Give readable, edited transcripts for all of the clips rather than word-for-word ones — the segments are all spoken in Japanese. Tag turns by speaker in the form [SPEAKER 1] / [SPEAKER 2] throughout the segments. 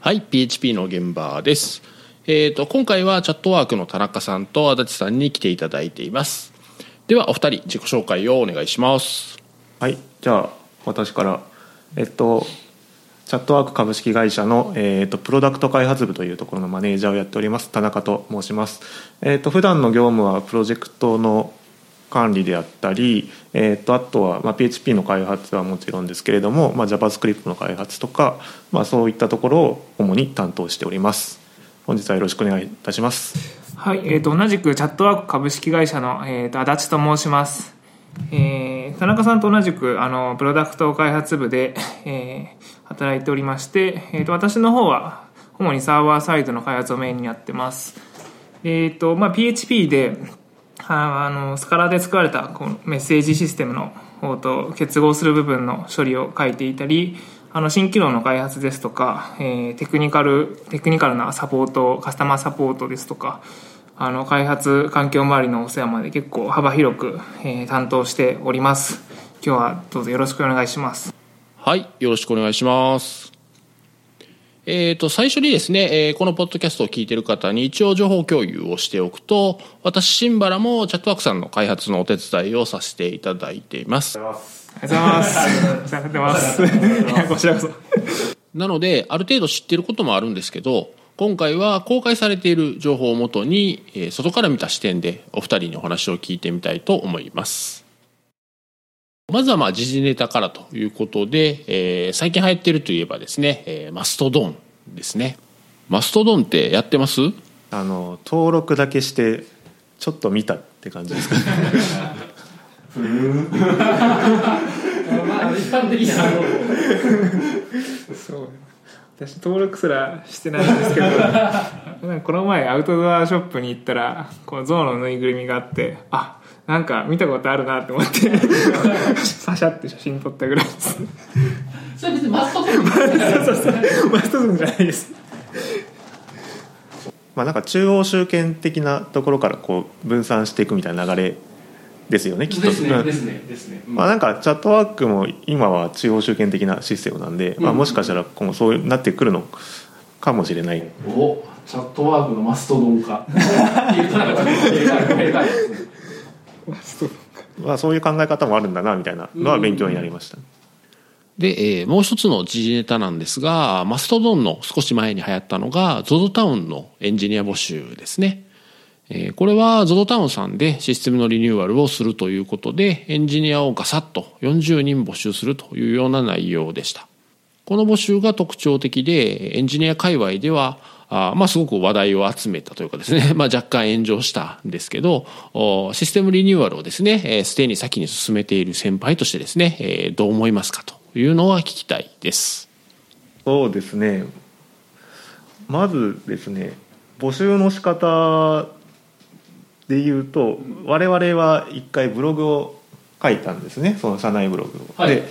[SPEAKER 1] はい、PHP の現場です。今回はチャットワークの田中さんと足立さんに来ていただいています。ではお二人自己紹介をお願いします。
[SPEAKER 2] はい、じゃあ私からチャットワーク株式会社の、プロダクト開発部というところのマネージャーをやっております田中と申します。普段の業務はプロジェクトの管理であったり、あとは、PHP の開発はもちろんですけれども、JavaScript の開発とか、そういったところを主に担当しております。本日はよろしくお願いいたします。
[SPEAKER 3] はい、同じくチャットワーク株式会社の、足立と申します。田中さんと同じくプロダクト開発部で、働いておりまして、私の方は主にサーバーサイドの開発をメインにやってます。PHP でスカラで作られたこのメッセージシステムの方と結合する部分の処理を書いていたり、新機能の開発ですとか、テクニカルなサポート、カスタマーサポートですとか、開発環境周りのお世話まで結構幅広く、担当しております。今日はどうぞよろしくお願いします。
[SPEAKER 1] はい、よろしくお願いします。最初にですね、このポッドキャストを聞いている方に一応情報共有をしておくと、私新原もチャットワークさんの開発のお手伝いをさせていただいています。
[SPEAKER 3] ありがとうございます。お世話になってます。こちらこそ。
[SPEAKER 1] なのである程度知っていることもあるんですけど、今回は公開されている情報をもとに、外から見た視点でお二人にお話を聞いてみたいと思います。まずは時事ネタからということで、最近流行っているといえばですね、マストドンですね。マストドンってやってます？
[SPEAKER 2] 登録だけしてちょっと見たって感じですかね。
[SPEAKER 3] 一般的なそう、私登録すらしてないんですけどこの前アウトドアショップに行ったらこう象のぬいぐるみがあって、なんか見たことあるなって思ってパシャって写真撮ったぐらいです。
[SPEAKER 4] それ別にマストドン
[SPEAKER 3] マストドンじゃないです。
[SPEAKER 2] なんか中央集権的なところからこう分散していくみたいな流れですよね、きっと。
[SPEAKER 4] ですね。
[SPEAKER 2] なんかチャットワークも今は中央集権的なシステムなんで、もしかしたら今後そうなってくるのかもしれない。
[SPEAKER 4] チャットワークのマストドン化っていうとなんかちょっと警戒ですね。
[SPEAKER 2] そういう考え方もあるんだなみたいなのは勉強になりました。
[SPEAKER 1] で、もう一つの時事ネタなんですが、マストドンの少し前に流行ったのが ZOZO タウンのエンジニア募集ですね。これは ZOZO タウンさんでシステムのリニューアルをするということで、エンジニアをガサッと40人募集するというような内容でした。この募集が特徴的で、エンジニア界隈ではすごく話題を集めたというかですね、若干炎上したんですけど、システムリニューアルをですね、すでに先に進めている先輩としてですね、どう思いますかというのは聞きたいです。
[SPEAKER 2] そうですね、まずですね、募集の仕方でいうと、我々は一回ブログを書いたんですね、その社内ブログを。で、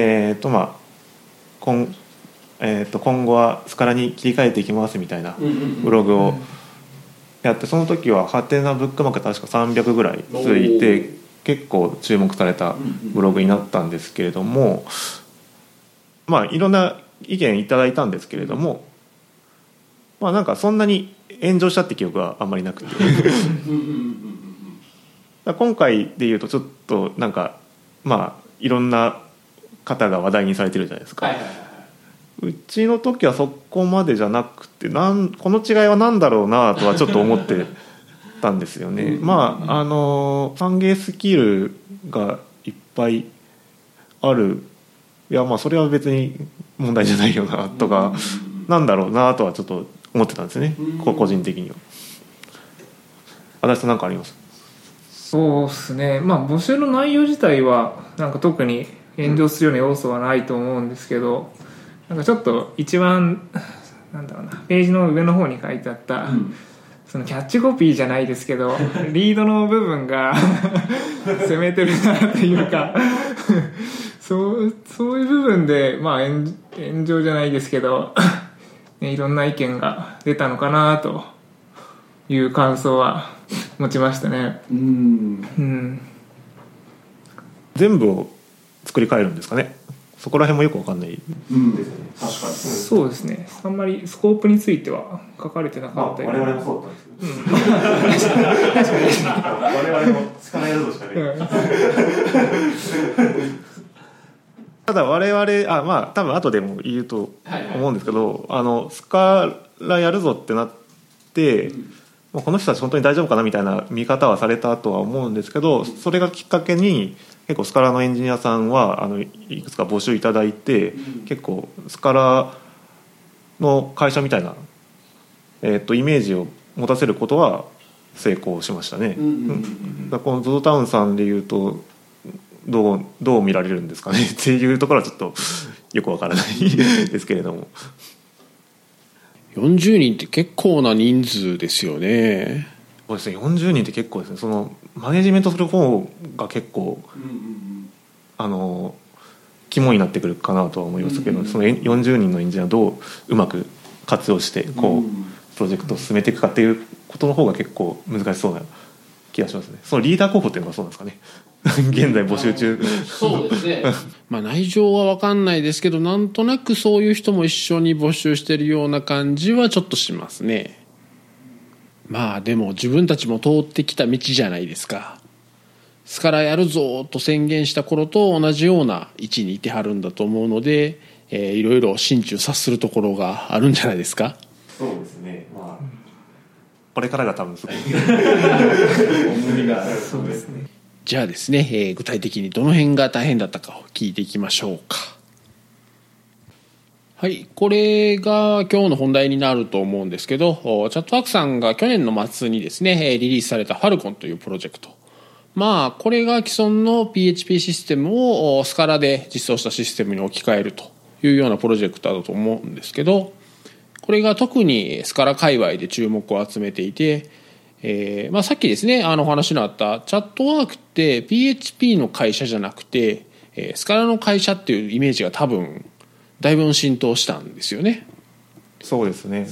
[SPEAKER 2] 今後はスカラに切り替えていきますみたいなブログをやって、その時はハテナブックマーク確か300ぐらいついて結構注目されたブログになったんですけれども、いろんな意見いただいたんですけれども、なんかそんなに炎上したって記憶はあんまりなくて今回でいうとちょっとなんかいろんな方が話題にされてるじゃないですか。うちの時はそこまでじゃなくて、この違いは何だろうなとはちょっと思ってたんですよね。歓迎スキルがいっぱいある、それは別に問題じゃないよなとか、なんだろうなとはちょっと思ってたんですね、個人的には。足立さん何かあります？
[SPEAKER 3] そうですね、募集の内容自体はなんか特に炎上するような要素はないと思うんですけど、なんかちょっと一番ページの上の方に書いてあった、そのキャッチコピーじゃないですけどリードの部分が攻めてるなというかそういう部分で炎上じゃないですけどいろんな意見が出たのかなという感想は持ちましたね。
[SPEAKER 2] 全部を作り変えるんですかね。 そこら辺もよく分かんないですね。
[SPEAKER 4] 確かに
[SPEAKER 3] そうですね。あんまりスコープについては書かれてなかったような。
[SPEAKER 2] 我々もそうだったんですよ。我々もスカラやるぞしかない。ただ我々まあ多分後でも言うと思うんですけど、スカラやるぞってなって、この人たち本当に大丈夫かなみたいな見方はされたとは思うんですけど、それがきっかけに結構スカラのエンジニアさんはいくつか募集いただいて、結構スカラの会社みたいな、イメージを持たせることは成功しましたね。この ZOZO タウンさんでいうとどう見られるんですかねっていうところはちょっとよくわからないですけれども。
[SPEAKER 1] 40人って結構な人数ですよね。
[SPEAKER 2] そうですね、40人って結構ですね。そのマネジメントする方が結構、肝になってくるかなとは思いますけど、その40人のエンジニアをどうまく活用してこうプロジェクトを進めていくかっていうことの方が結構難しそうな気がしますね。そのリーダー候補っていうのはそうなんですかね現在募集中。
[SPEAKER 1] そうですね内情は分かんないですけど、なんとなくそういう人も一緒に募集してるような感じはちょっとしますね。でも自分たちも通ってきた道じゃないですか。スカラやるぞと宣言した頃と同じような位置にいてはるんだと思うので、いろいろ心中察するところがあるんじゃないですか。
[SPEAKER 2] そうですね、これからが多分すごい
[SPEAKER 4] 重みがある。
[SPEAKER 3] そうですね。
[SPEAKER 1] じゃあですね、具体的にどの辺が大変だったかを聞いていきましょうか。はい、これが今日の本題になると思うんですけど、チャットワークさんが去年の末にですねリリースされた Falcon というプロジェクト、これが既存の PHP システムをスカラで実装したシステムに置き換えるというようなプロジェクトだと思うんですけど、これが特にスカラ界隈で注目を集めていて、さっきですねお話のあったチャットワークって PHP の会社じゃなくてスカラの会社っていうイメージが多分だいぶ浸透したんですよね。
[SPEAKER 2] そうですね。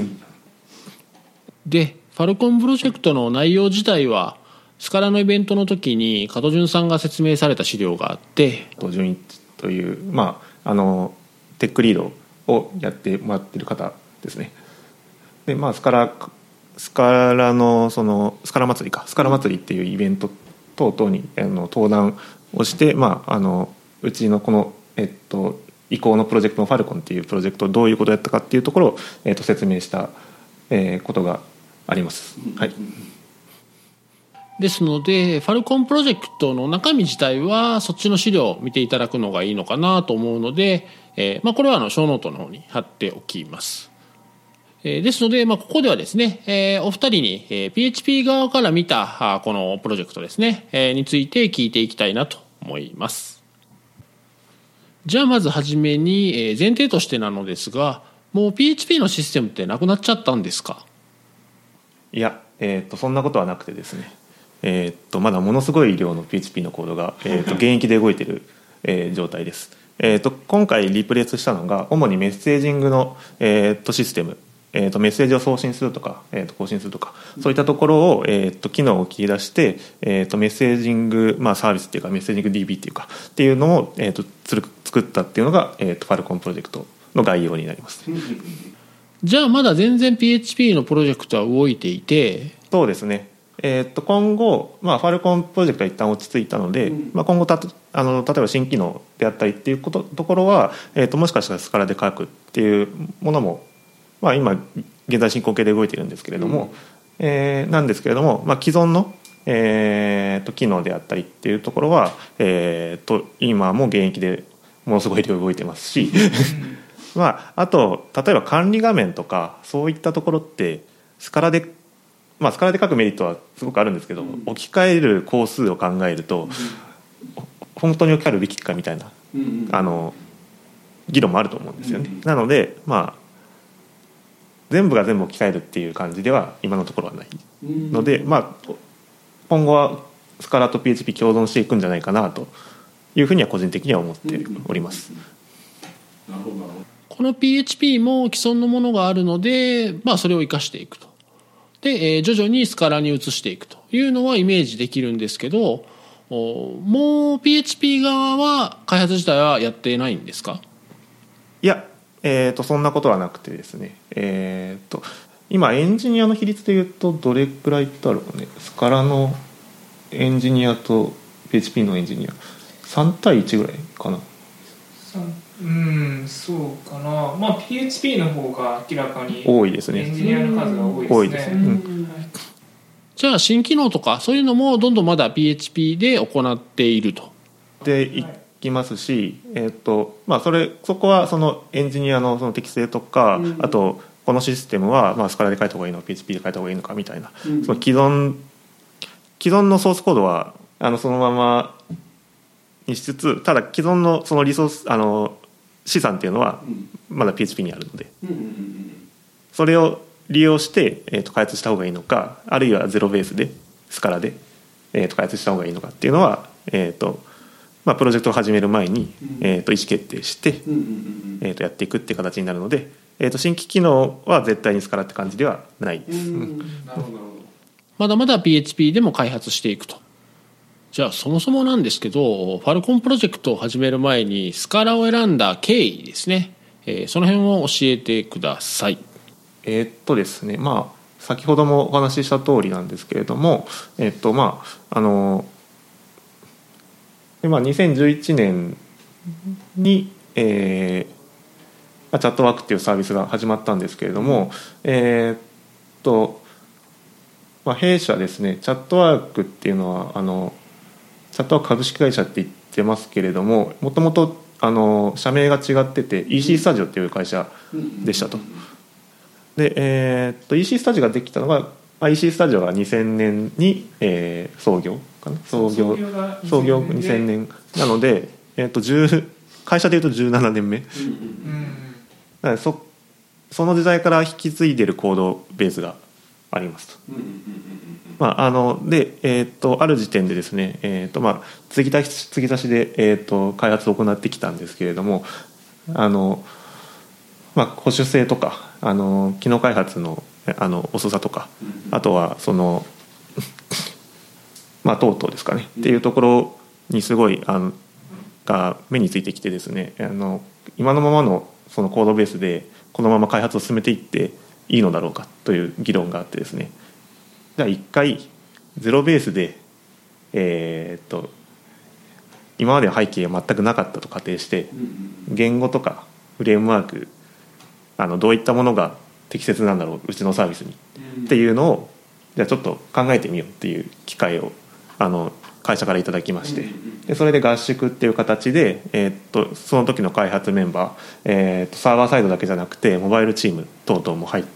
[SPEAKER 1] でファルコンプロジェクトの内容自体はスカラのイベントの時に加藤潤さんが説明された資料があって、
[SPEAKER 2] 加藤潤一という、テックリードをやってもらってる方ですね。でスカラのそのスカラ祭りっていうイベント等々に登壇をして、うちのこの移行のプロジェクトのファルコンっていうプロジェクトをどういうことをやったかっていうところを、説明した、ことがあります。はい。
[SPEAKER 1] ですのでファルコンプロジェクトの中身自体はそっちの資料を見ていただくのがいいのかなと思うので、これはショーノートの方に貼っておきます。ですので、ここではですね、お二人に、PHP 側から見たこのプロジェクトですね、について聞いていきたいなと思います。じゃあまずはじめに、前提としてなのですが、もう PHP のシステムってなくなっちゃったんですか？
[SPEAKER 2] いや、そんなことはなくてですね、まだものすごい量の PHP のコードが、現役で動いている、状態です。今回リプレイスしたのが主にメッセージングの、システム、メッセージを送信するとか、更新するとかそういったところを、機能を切り出して、メッセージング、サービスっていうかメッセージング DB っていうかっていうのを、作ったっていうのが、ファルコンプロジェクトの概要になります。
[SPEAKER 1] じゃあまだ全然 PHP のプロジェクトは動いていて、
[SPEAKER 2] そうですね。今後、ファルコンプロジェクトは一旦落ち着いたので、今後例えば新機能であったりっていうところは、もしかしたらスカラで書くっていうものも、今現在進行形で動いているんですけれども、なんですけれども、既存の、機能であったりっていうところは、今も現役でものすごい量動いてますしあと例えば管理画面とかそういったところってスカラで書くメリットはすごくあるんですけど、置き換える工数を考えると、本当に置き換えるべきかみたいな、議論もあると思うんですよね。なので全部が全部置き換えるっていう感じでは今のところはないので、今後はスカラと PHP 共存していくんじゃないかなというふうには個人的には思っております。
[SPEAKER 4] なるほど。
[SPEAKER 1] この PHP も既存のものがあるので、それを生かしていくと。で、徐々にスカラに移していくというのはイメージできるんですけど、 もう PHP 側は開発自体はやってないんですか？
[SPEAKER 2] いや、そんなことはなくてですね、今エンジニアの比率でいうとどれくらいだろうね。スカラのエンジニアと PHP のエンジニア3対1ぐらいかな。
[SPEAKER 3] そうかな。まあ PHP の方が明らかに
[SPEAKER 2] 多いですね。
[SPEAKER 3] エンジニアの数が多いですね。
[SPEAKER 2] 多いですね。
[SPEAKER 1] じゃあ新機能とかそういうのもどんどんまだ PHP で行っていると。
[SPEAKER 2] でいきますし、まあ、そこはそのエンジニアのその適性とか、あとこのシステムはまあスカラで書いた方がいいのか PHP で書いた方がいいのかみたいな、その既存のソースコードはそのままにしつつ、ただ既存のそのリソース資産っていうのはまだ PHP にあるので、それを利用して、開発した方がいいのか、あるいはゼロベースでスカラで、開発した方がいいのかっていうのは、まあ、プロジェクトを始める前に、意思決定して、やっていくっていう形になるので、新規機能は絶対にスカラって感じではないです。
[SPEAKER 4] なるほど。
[SPEAKER 1] まだまだ PHP でも開発していくと。じゃあそもそもなんですけど、ファルコンプロジェクトを始める前にスカラを選んだ経緯ですね、その辺を教えてください。
[SPEAKER 2] ですね、まあ先ほどもお話しした通りなんですけれども、まあ2011年に、チャットワークっていうサービスが始まったんですけれども、まあ、弊社ですね、チャットワークっていうのはチャットワーク株式会社って言ってますけれども、もともと社名が違ってて EC スタジオっていう会社でしたと。で、EC スタジオができたのが、EC スタジオが2000年に、創業かな、創業2000年なので、会社でいうと17年目、なのでその時代から引き継いでるコードベースがありますと。まあ、で、ある時点でですね、まあ、継ぎ足しで、開発を行ってきたんですけれども、まあ、保守性とか機能開発の遅さとか、あとはそのまあ等々ですかねっていうところにすごいが目についてきてですね、今のままのそのコードベースでこのまま開発を進めていっていいのだろうかという議論があってですね、じゃあ一回ゼロベースで今までの背景が全くなかったと仮定して、言語とかフレームワークどういったものが適切なんだろううちのサービスに、っていうのをじゃあちょっと考えてみようっていう機会を会社からいただきまして、でそれで合宿っていう形で、その時の開発メンバー、サーバーサイドだけじゃなくてモバイルチーム等々も入って、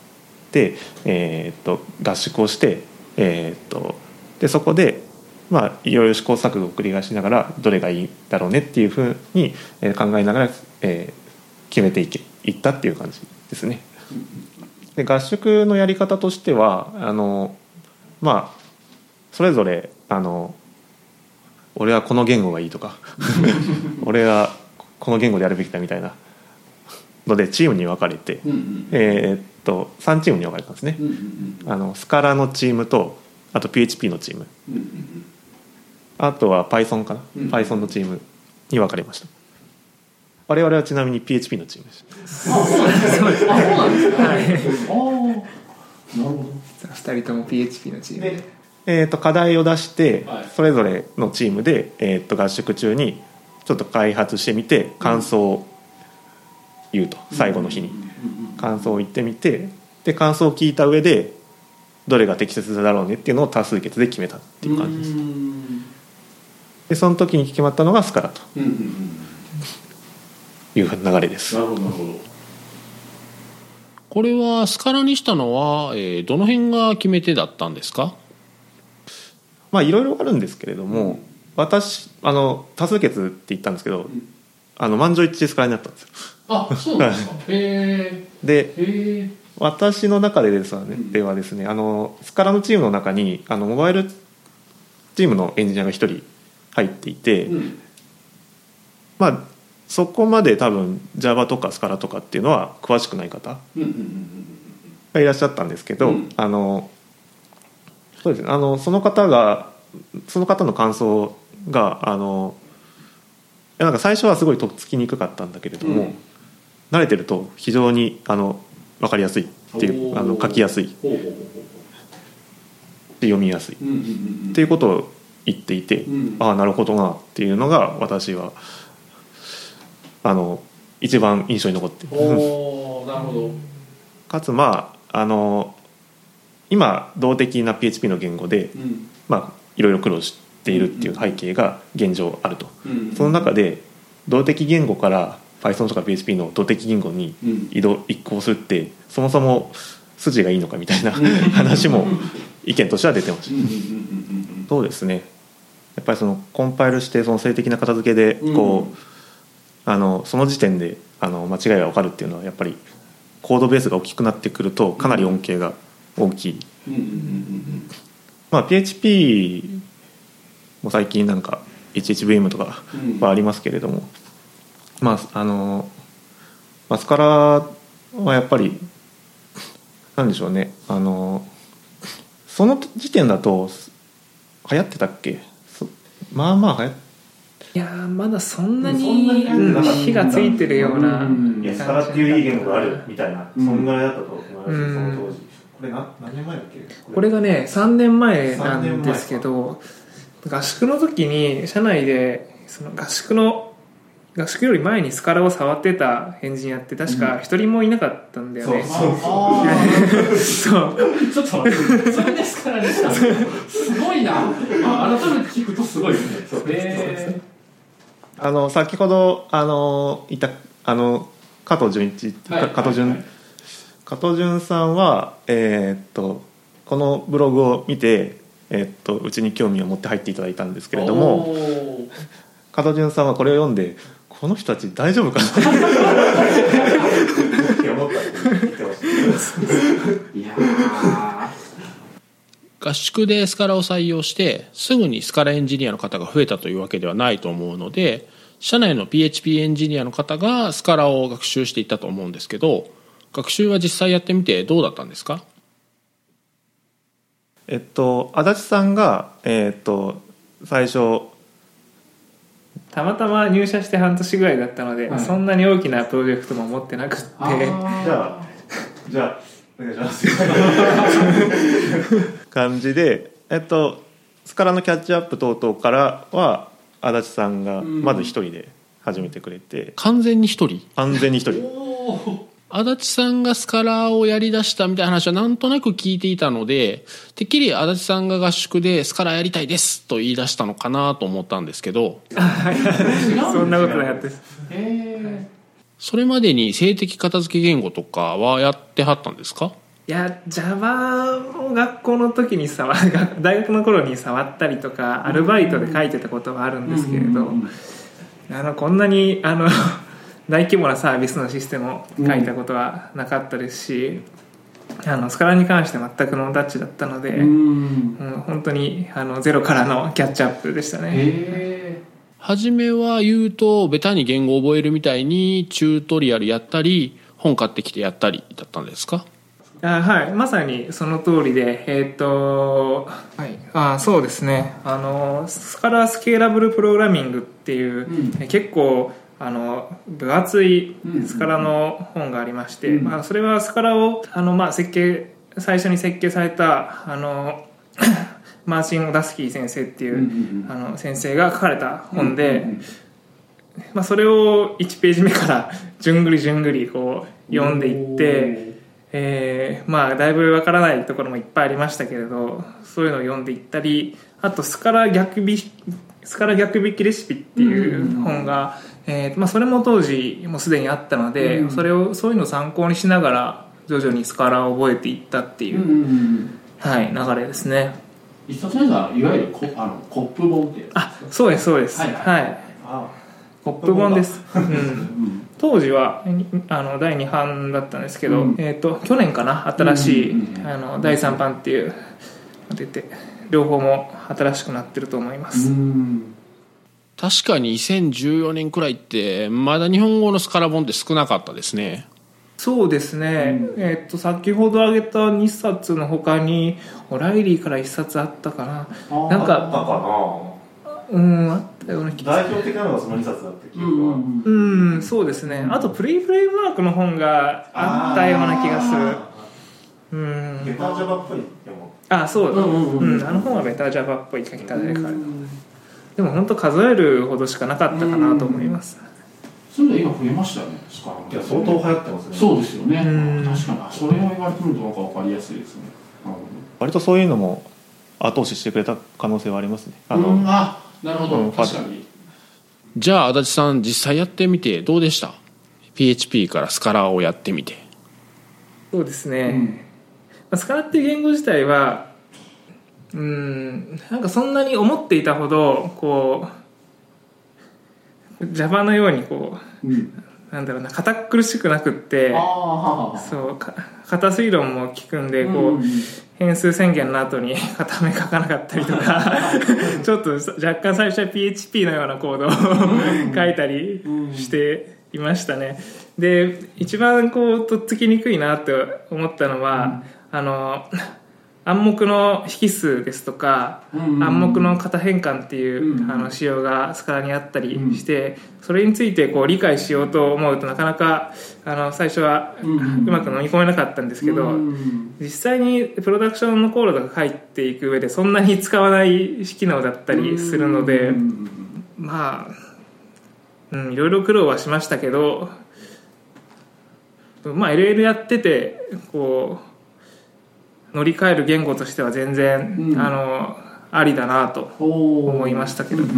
[SPEAKER 2] 合宿をして、でそこでまあいろいろ試行錯誤を繰り返しながらどれがいいだろうねっていうふうに考えながら、決めていったっていう感じですね。で合宿のやり方としてはまあそれぞれ俺はこの言語がいいとか俺はこの言語でやるべきだみたいなのでチームに分かれて、3チームに分かれたんですね。スカラのチームとあと PHP のチーム、あとは Python かな、Python のチームに分かれました。我々はちなみに PHP のチームでした。
[SPEAKER 3] そうですね。
[SPEAKER 4] そうなんですか。
[SPEAKER 3] はい。
[SPEAKER 4] なるほど。
[SPEAKER 3] 2人とも PHP のチーム
[SPEAKER 2] で、課題を出して
[SPEAKER 4] はい
[SPEAKER 2] それぞれのチームで、合宿中にちょっと開発してみて感想を言うと、最後の日に感想を言ってみて、で感想を聞いた上でどれが適切だろうねっていうのを多数決で決めたっていう感じです。でその時に決まったのがスカラという流れです。
[SPEAKER 4] なるほどなるほど。
[SPEAKER 1] これはスカラにしたのは、どの辺が決め手だったんですか？
[SPEAKER 2] まあいろいろあるんですけれども、私多数決って言ったんですけど、満場一致でスカラになったんですよ。
[SPEAKER 4] あ、そうなんですか。
[SPEAKER 2] で私の中でですね、スカラのチームの中にモバイルチームのエンジニアが1人入っていて、まあそこまで多分 Java とかスカラとかっていうのは詳しくない方がいらっしゃったんですけど、そうですね、その方の感想がなんか最初はすごいとっつきにくかったんだけれども、慣れてると非常に分かりやすいっていう書きやすい読みやすいっていうことを言っていて、ああなるほどなっていうのが私は一番印象に残っている。
[SPEAKER 4] なるほど。
[SPEAKER 2] かつ今動的な PHP の言語で、いろいろ苦労しているっていう背景が現状あると、その中で動的言語から Python とか PHP の動的言語に移行するってそもそも筋がいいのかみたいな話も意見としては出てました。そうですね、やっぱりそのコンパイルしてその静的な片付けでこう、その時点で間違いが分かるっていうのはやっぱりコードベースが大きくなってくるとかなり恩恵が大きい。PHP も最近なんか HHVM とかはありますけれども、スカラはやっぱりなんでしょうね、その時点だと流行ってたっけ？流行って、
[SPEAKER 3] いやまだそんなに火がついてるような、
[SPEAKER 2] スカラっていういい言語があるみたいな、そんぐらいだったと思います、その当時。これ何年前だっけ？
[SPEAKER 3] これがね3年前なんですけど、合宿の時に社内でその合宿より前にスカラを触ってたエンジニアって確か一人もいなかったんだよね。
[SPEAKER 4] そうちょっと待って、それでスカラでした。すごいな。改めて聞くとすごいですね。
[SPEAKER 2] 先ほどいた加藤純さんはこのブログを見てうちに興味を持って入っていただいたんですけれども、加藤純さんはこれを読んでこの人たち大丈夫かなって思ったって言ってました。
[SPEAKER 4] いや
[SPEAKER 1] 合宿でスカラを採用してすぐにスカラエンジニアの方が増えたというわけではないと思うので、社内の PHP エンジニアの方がスカラを学習していったと思うんですけど、学習は実際やってみてどうだったんですか？
[SPEAKER 2] 足立さんが最初
[SPEAKER 3] たまたま入社して半年ぐらいだったので、そんなに大きなプロジェクトも持ってなくって、
[SPEAKER 2] じゃあお願いします感じで、スカラのキャッチアップ等々からは足立さんがまず一人で始めてくれて、
[SPEAKER 1] 完全に一人足立さんがスカラをやりだしたみたいな話はなんとなく聞いていたので、てっきり足立さんが合宿でスカラやりたいですと言い出したのかなと思ったんですけど
[SPEAKER 3] そんなことなかったです。
[SPEAKER 1] それまでに静的片付け言語とかはやってはったんですか？
[SPEAKER 3] いや Java を学校の時に大学の頃に触ったりとかアルバイトで書いてたことはあるんですけれど、こんなに大規模なサービスのシステムを書いたことはなかったですし、スカラに関して全くノータッチだったので、本当にゼロからのキャッチアップでしたね。
[SPEAKER 1] 初めは言うとベタに言語を覚えるみたいにチュートリアルやったり本買ってきてやったりだったんですか？
[SPEAKER 3] はい、まさにその通りで、そうですね、スカラスケーラブルプログラミングっていう、結構分厚いスカラの本がありまして、それはスカラを最初に設計されたマーチン・オダスキー先生っていう先生が書かれた本で、それを1ページ目からじゅんぐりこう読んでいって、だいぶわからないところもいっぱいありましたけれど、そういうのを読んでいったり、あとスカラ逆引きレシピっていう本が、それも当時もうすでにあったので、そういうのを参考にしながら徐々にスカラを覚えていったっていう、流れですね。
[SPEAKER 4] 一冊目がいわゆるコップ本っていう、
[SPEAKER 3] そうですそうです、コップ本です、当時は第2版だったんですけど、去年かな新しい第3版っていう出て、両方も新しくなってると思います。
[SPEAKER 1] 確かに2014年くらいってまだ日本語のスカラ本って少なかったですね。
[SPEAKER 3] そうですね、先ほど挙げた2冊の他にオライリーから1冊あったかな。なんかあったような気がする。
[SPEAKER 2] 代表的なのがその2冊だった記憶は、
[SPEAKER 3] そうですね。あとプレイフレームワークの本があったような気がする。
[SPEAKER 2] ベター Java っぽいでも
[SPEAKER 3] そう、あの本はベター Java っぽい書き方で書かれた。でも本当数えるほどしかなかったかなと思います。
[SPEAKER 4] そういうの今増えましたよね。
[SPEAKER 2] いや相当流行ってますね。
[SPEAKER 4] そうですよね。確かにそれを言われてみるとなんか分かりやすいですね。
[SPEAKER 2] 割とそういうのも後押ししてくれた可能性はありますね。
[SPEAKER 4] なるほど、確かに。
[SPEAKER 1] じゃあ足立さん実際やってみてどうでした？ PHP からスカラをやってみて。
[SPEAKER 3] そうですね、スカラっていう言語自体はなんかそんなに思っていたほどこう Java のようにこう、なんだろうな、堅苦しくなくって、そう型推論も効くんでこう、変数宣言の後に片目書かなかったりとかちょっと若干最初は PHP のようなコードを書いたりしていましたね。で一番こうとっつきにくいなって思ったのは、暗黙の引数ですとか、暗黙の型変換っていう仕様がスカラにあったりして、それについてこう理解しようと思うとなかなか最初はうまく飲み込めなかったんですけど、実際にプロダクションのコードが入っていく上でそんなに使わない機能だったりするので、いろいろ苦労はしましたけど、LL やっててこう乗り換える言語としては全然、ありだなと思いましたけどね。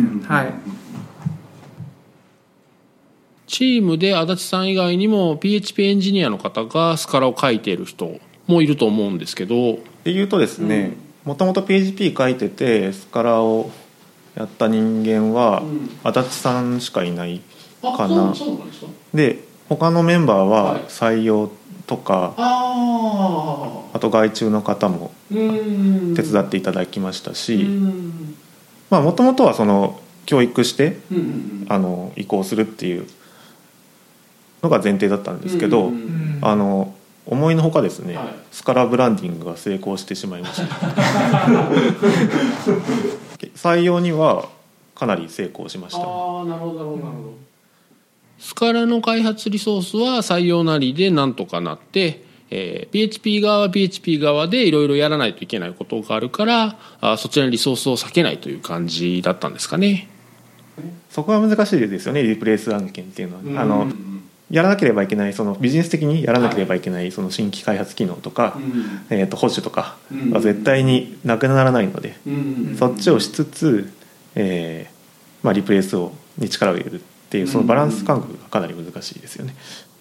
[SPEAKER 1] チームで足立さん以外にも PHP エンジニアの方がスカラを書いている人もいると思うんですけど。
[SPEAKER 2] っていうとですね、もともと PHP 書いててスカラをやった人間は足立さんしかいないかな。で他のメンバーは採用とか、あと外注の方も手伝っていただきましたし、もともとはその教育して移行するっていうのが前提だったんですけど、思いのほかですね、スカラブランディングが成功してしまいました採用にはかなり成功しました。
[SPEAKER 4] なるほどなるほど。
[SPEAKER 1] スカラの開発リソースは採用なりでなんとかなって、PHP 側は PHP 側でいろいろやらないといけないことがあるからそちらにリソースを割けないという感じだったんですかね。
[SPEAKER 2] そこは難しいですよね、リプレイス案件っていうのは。やらなければいけない、そのビジネス的にやらなければいけないその新規開発機能とか、保守とかは絶対になくならないので、そっちをしつつ、リプレイスに力を入れるっていうそのバランス感覚がかなり難しいですよね。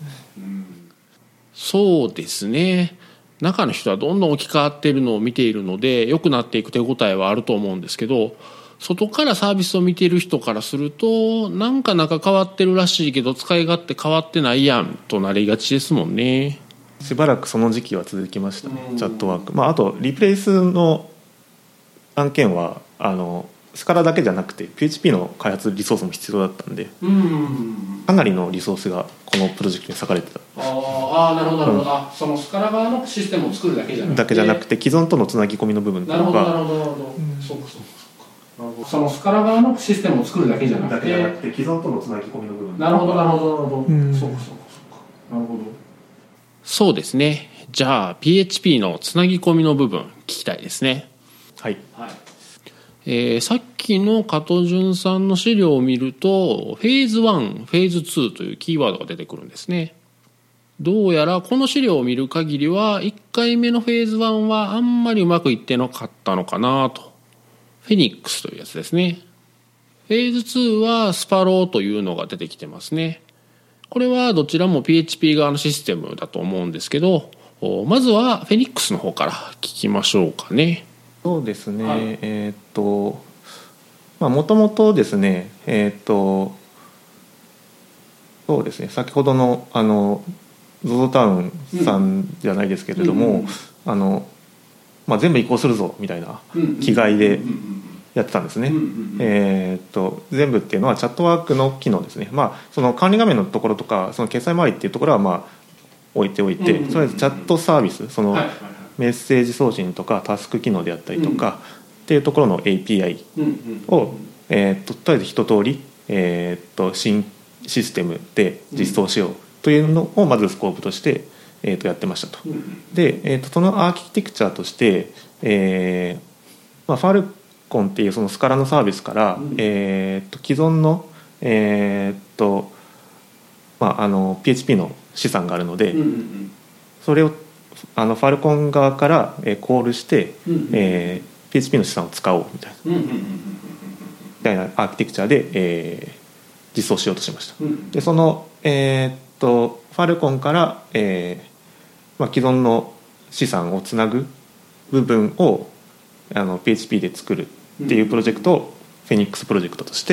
[SPEAKER 1] そうですね、中の人はどんどん置き換わっているのを見ているので良くなっていく手応えはあると思うんですけど、外からサービスを見ている人からするとなんか中変わってるらしいけど使い勝手変わってないやんとなりがちですもんね。
[SPEAKER 2] しばらくその時期は続きましたね、チャットワーク。あとリプレイスの案件はスカラだけじゃなくて PHP の開発リソースも必要だったんで、かなりのリソースがこのプロジェクトに割かれてた。
[SPEAKER 4] なるほどなるほど。そのスカラ側のシステムを作るだけじゃなくて
[SPEAKER 2] 既存とのつなぎ込みの部分とか。
[SPEAKER 4] なるほどなるほど。そうかそのスカラ側のシステムを作るだけじゃなくて
[SPEAKER 2] 既存とのつなぎ込みの部分。
[SPEAKER 4] なるほどなるほど。そうかなるほど。
[SPEAKER 1] そうですね。じゃあ PHP のつなぎ込みの部分聞きたいですね。
[SPEAKER 2] はい。
[SPEAKER 1] さっきの加藤潤さんの資料を見るとフェーズ1、フェーズ2というキーワードが出てくるんですね。どうやらこの資料を見る限りは1回目のフェーズ1はあんまりうまくいってなかったのかなと。フェニックスというやつですね。フェーズ2はスパローというのが出てきてますね。これはどちらも PHP 側のシステムだと思うんですけど、まずはフェニックスの方から聞きましょうかね。
[SPEAKER 2] そうですね、もともとですね、そうですね、先ほどのZOZO タウンさんじゃないですけれども、全部移行するぞみたいな気概でやってたんですね。全部っていうのはチャットワークの機能ですね。その管理画面のところとかその決済周りっていうところは置いておいて、それチャットサービス、そのメッセージ送信とかタスク機能であったりとかっていうところの API をとりあえず一通り、新システムで実装しようというのをまずスコープとして、やってましたと。で、そのアーキテクチャとして、ファルコンっていうそのスカラのサービスから、既存の、PHP の資産があるので、それをファルコン側から、コールして、PHP の資産を使おうみたいなアーキテクチャで、実装しようとしました。でその、ファルコンから、既存の資産をつなぐ部分をPHP で作るっていうプロジェクトをフェニックスプロジェクトとして、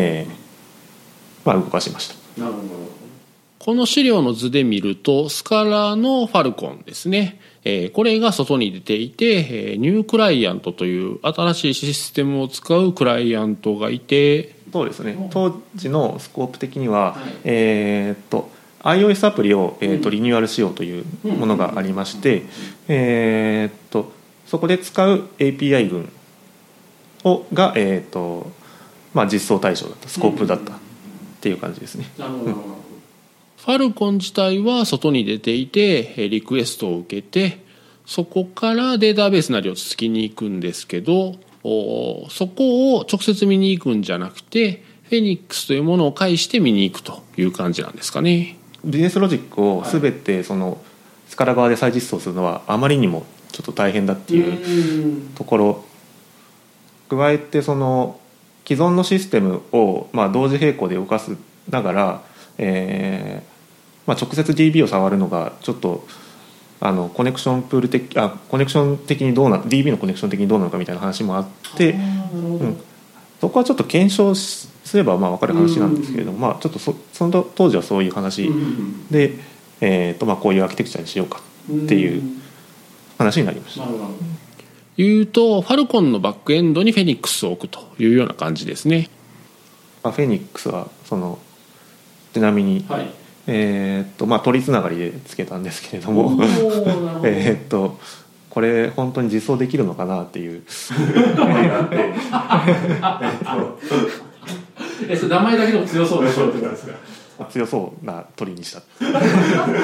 [SPEAKER 2] 動かしました。
[SPEAKER 1] なるほど。この資料の図で見るとスカラのファルコンですね、これが外に出ていて、ニュークライアントという新しいシステムを使うクライアントがいて、
[SPEAKER 2] そうですね、当時のスコープ的には、iOS アプリを、リニューアルしようというものがありまして、そこで使う API 群が、実装対象だったスコープだったっていう感じですね。
[SPEAKER 1] なるほど。ファルコン自体は外に出ていてリクエストを受けてそこからデータベースなりをつつきに行くんですけど、そこを直接見に行くんじゃなくてフェニックスというものを介して見に行くという感じなんですかね。
[SPEAKER 2] ビジネスロジックを全てそのスカラ側で再実装するのはあまりにもちょっと大変だっていうところ、加えてその既存のシステムを同時並行で動かすながら、直接 DB を触るのがちょっとコネクションプール的コネクション的にどうな DB のコネクション的にどうなのかみたいな話もあって、そこはちょっと検証すれば分かる話なんですけれども、ちょっとその当時はそういう話で、こういうアーキテクチャにしようかっていう話になりました。
[SPEAKER 1] 言うとファルコンのバックエンドにフェニックスを置くというような感じですね。
[SPEAKER 2] フェニックスはちなみに、取りつながりでつけたんですけれどもこれ本当に実装できるのかなっていう
[SPEAKER 4] それ名前だけでも強そうでしょってことですか。
[SPEAKER 2] 強そうな鳥にした
[SPEAKER 4] なんと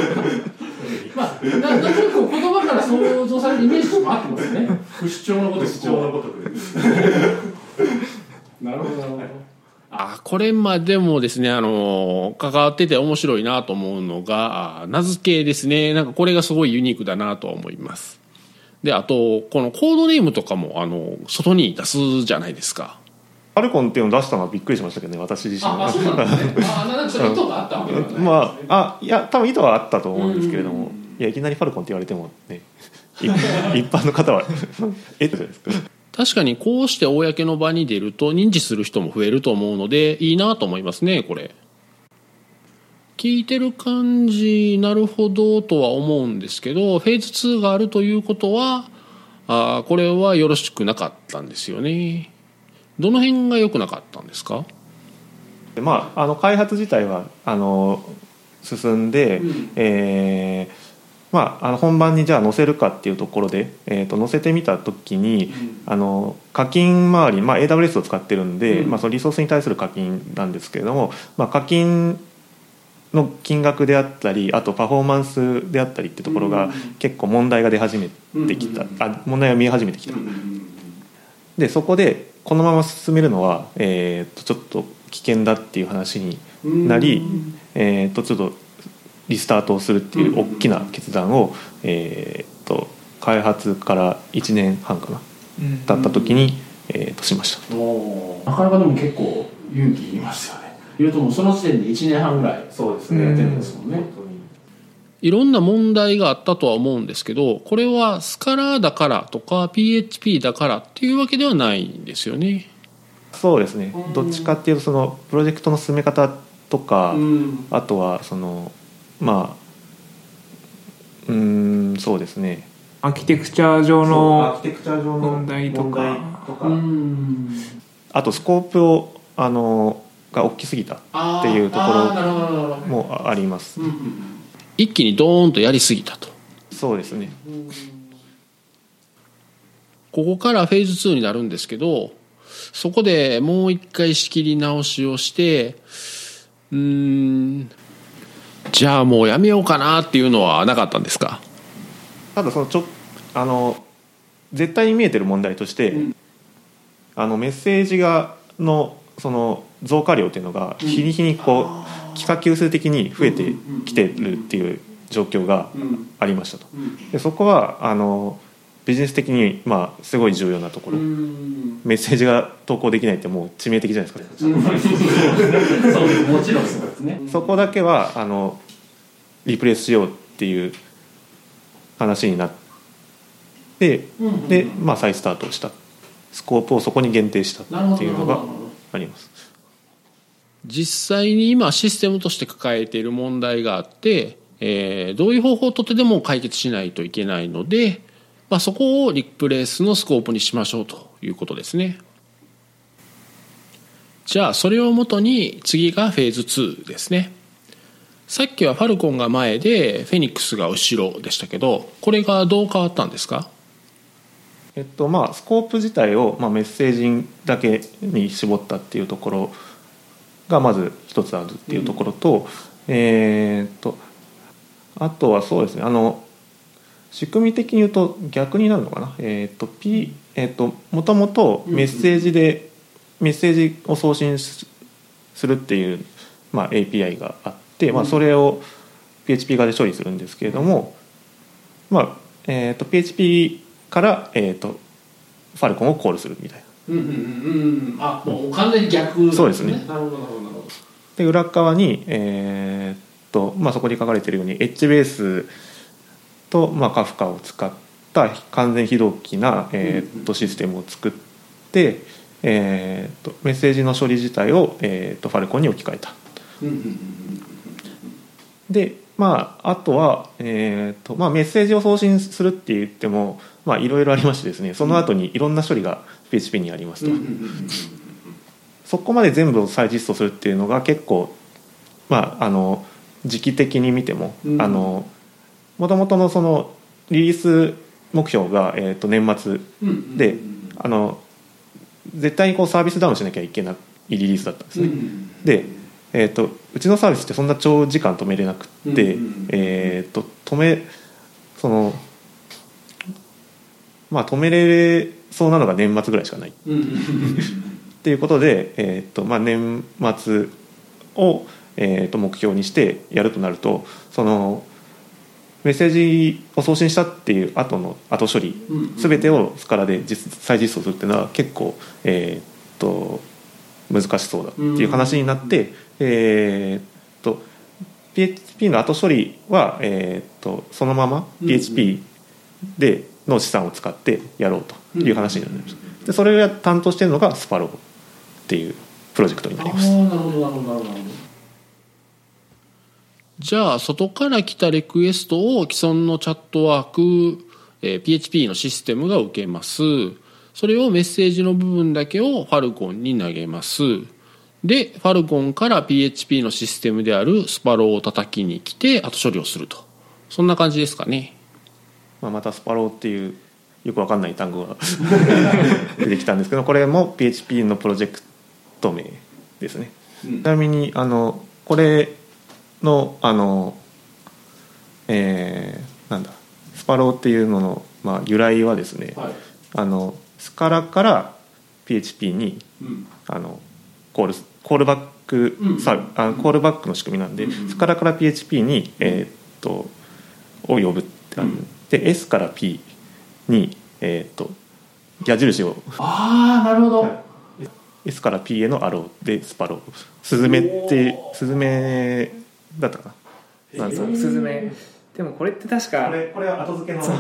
[SPEAKER 4] なく言葉から想像されるイメージもあってますね。不死鳥のごとく。なるほどなるほど。
[SPEAKER 1] これまでもですね、関わってて面白いなと思うのが名付けですね。なんかこれがすごいユニークだなと思います。であとこのコードネームとかも外に出すじゃないですか。
[SPEAKER 2] ファルコンっていうのを出したのはびっくりしましたけどね、私自身は。
[SPEAKER 4] そうなんですね。なんかそれ意図があったわけですね。
[SPEAKER 2] いや多分意図はあったと思うんですけれども、いきなりファルコンって言われてもね一般の方はってじゃないですか。
[SPEAKER 1] 確かにこうして公の場に出ると認知する人も増えると思うのでいいなと思いますね。これ聞いてる感じなるほどとは思うんですけど、フェーズ2があるということはこれはよろしくなかったんですよね。どの辺が良くなかったんですか。
[SPEAKER 2] 開発自体は進んで、本番にじゃあ載せるかっていうところで、載せてみた時に、課金周り、AWS を使ってるんで、そのリソースに対する課金なんですけれども、課金の金額であったりあとパフォーマンスであったりっていうところが結構問題が出始めてきた、問題が見え始めてきた。でそこでこのまま進めるのは、ちょっと危険だっていう話になり、ちょっとリスタートをするっていう大きな決断を、開発から1年半かな経った時に、しました。
[SPEAKER 4] なかなかでも結構勇気いりますよね。言うともうその時点で1年半ぐらいそうですねやってるんですもんね。
[SPEAKER 1] いろんな問題があったとは思うんですけど、これはスカラだからとか PHP だからっていうわけではないんですよね。
[SPEAKER 2] そうですね、どっちかっていうとそのプロジェクトの進め方とか、あとはそのそうですね、
[SPEAKER 3] アーキテクチャ上の問題とか
[SPEAKER 2] あとスコープをが大きすぎたっていうところもあります。
[SPEAKER 1] 一気にドーンとやりすぎたと。
[SPEAKER 2] そうですね。
[SPEAKER 1] ここからフェーズ2になるんですけど、 そこでもう一回仕切り直しをして、じゃあもうやめようかなっていうのはなかったんですか？
[SPEAKER 2] ただ絶対に見えてる問題として、メッセージのその増加量っていうのが日に日にこう幾何級数的に増えてきてるっていう状況がありましたと。でそこはビジネス的にすごい重要なところ。メッセージが投稿できないってもう致命的じゃないですか。
[SPEAKER 4] そうですもちろんそうですね。
[SPEAKER 2] そこだけはリプレイスしようっていう話になって、で再スタートをした。スコープをそこに限定したっていうのがあります。
[SPEAKER 1] 実際に今システムとして抱えている問題があって、どういう方法をとってでも解決しないといけないので、そこをリプレイスのスコープにしましょうということですね。じゃあそれをもとに次がフェーズ2ですね。さっきはファルコンが前でフェニックスが後ろでしたけど、これがどう変わったんですか？
[SPEAKER 2] スコープ自体を、メッセージだけに絞ったっていうところがまず一つあるっていうところと、あとはそうですね、仕組み的に言うと逆になるのかな。もともとメッセージを送信するっていう、API があって、それを PHP 側で処理するんですけれども、PHP から、ファルコンをコールするみたいな。
[SPEAKER 4] もう完全に逆ですね。
[SPEAKER 2] そうですね。
[SPEAKER 4] なるほどなるほど。
[SPEAKER 2] で裏側に、そこに書かれているように HBase と、カフカを使った完全非同期な、システムを作って、メッセージの処理自体を、ファルコンに置き換えた。であとは、メッセージを送信するって言ってもいろいろありましてですね、その後にいろんな処理が PHP にありますと。そこまで全部を再実装するっていうのが結構時期的に見てももともとのそのリリース目標が、年末で絶対にこうサービスダウンしなきゃいけないリリースだったんですね。でうちのサービスってそんな長時間止めれなくって、止めれそうなのが年末ぐらいしかないっていうことで、年末を、目標にしてやるとなると、そのメッセージを送信したっていう後処理全てをスカラで再実装するっていうのは結構、難しそうだっていう話になって、PHP の後処理は、そのまま PHP での資産を使ってやろうという話になりました。でそれを担当しているのがスパローっていうプロジェクトになります。
[SPEAKER 4] なるほどなるほどなるほど。
[SPEAKER 1] じゃあ外から来たレクエストを既存のチャットワーク、PHP のシステムが受けます。それをメッセージの部分だけをファルコンに投げます。でファルコンから PHP のシステムであるスパローを叩きに来て後処理をすると、そんな感じですかね。
[SPEAKER 2] またスパローっていうよく分かんない単語が出てきたんですけど、これも PHP のプロジェクト名ですね。ちなみにこれのスパローっていうのの、由来はですね、スカラから PHP に、コールバックコールバックの仕組みなんで、スカラから PHP に、を呼ぶって感じで、S から P に、矢印を
[SPEAKER 4] なるほど、
[SPEAKER 2] S から P へのアローでスパロー、スズメだったかな、
[SPEAKER 3] スズメ。でもこれって確か
[SPEAKER 2] これは後付けの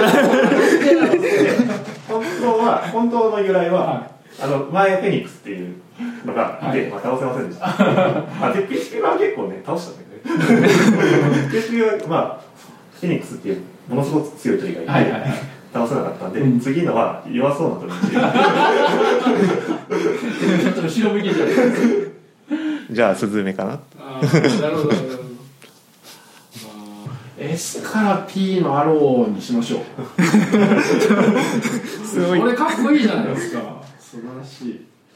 [SPEAKER 2] 本当の由来は、前フェニックスっていうのがいて、倒せませんでした。PHP は結構ね倒したんだけどねPHP はフェニックスっていうものすごく強い鳥がいて、倒せなかったんで、次のは弱そうな鳥に
[SPEAKER 4] ちょっと後ろ向きじゃないですか。
[SPEAKER 2] じゃあスズメかな。
[SPEAKER 4] なるほど。S から P のアローにしましょう。すごい。これかっこいいじゃないですか。素晴らしい。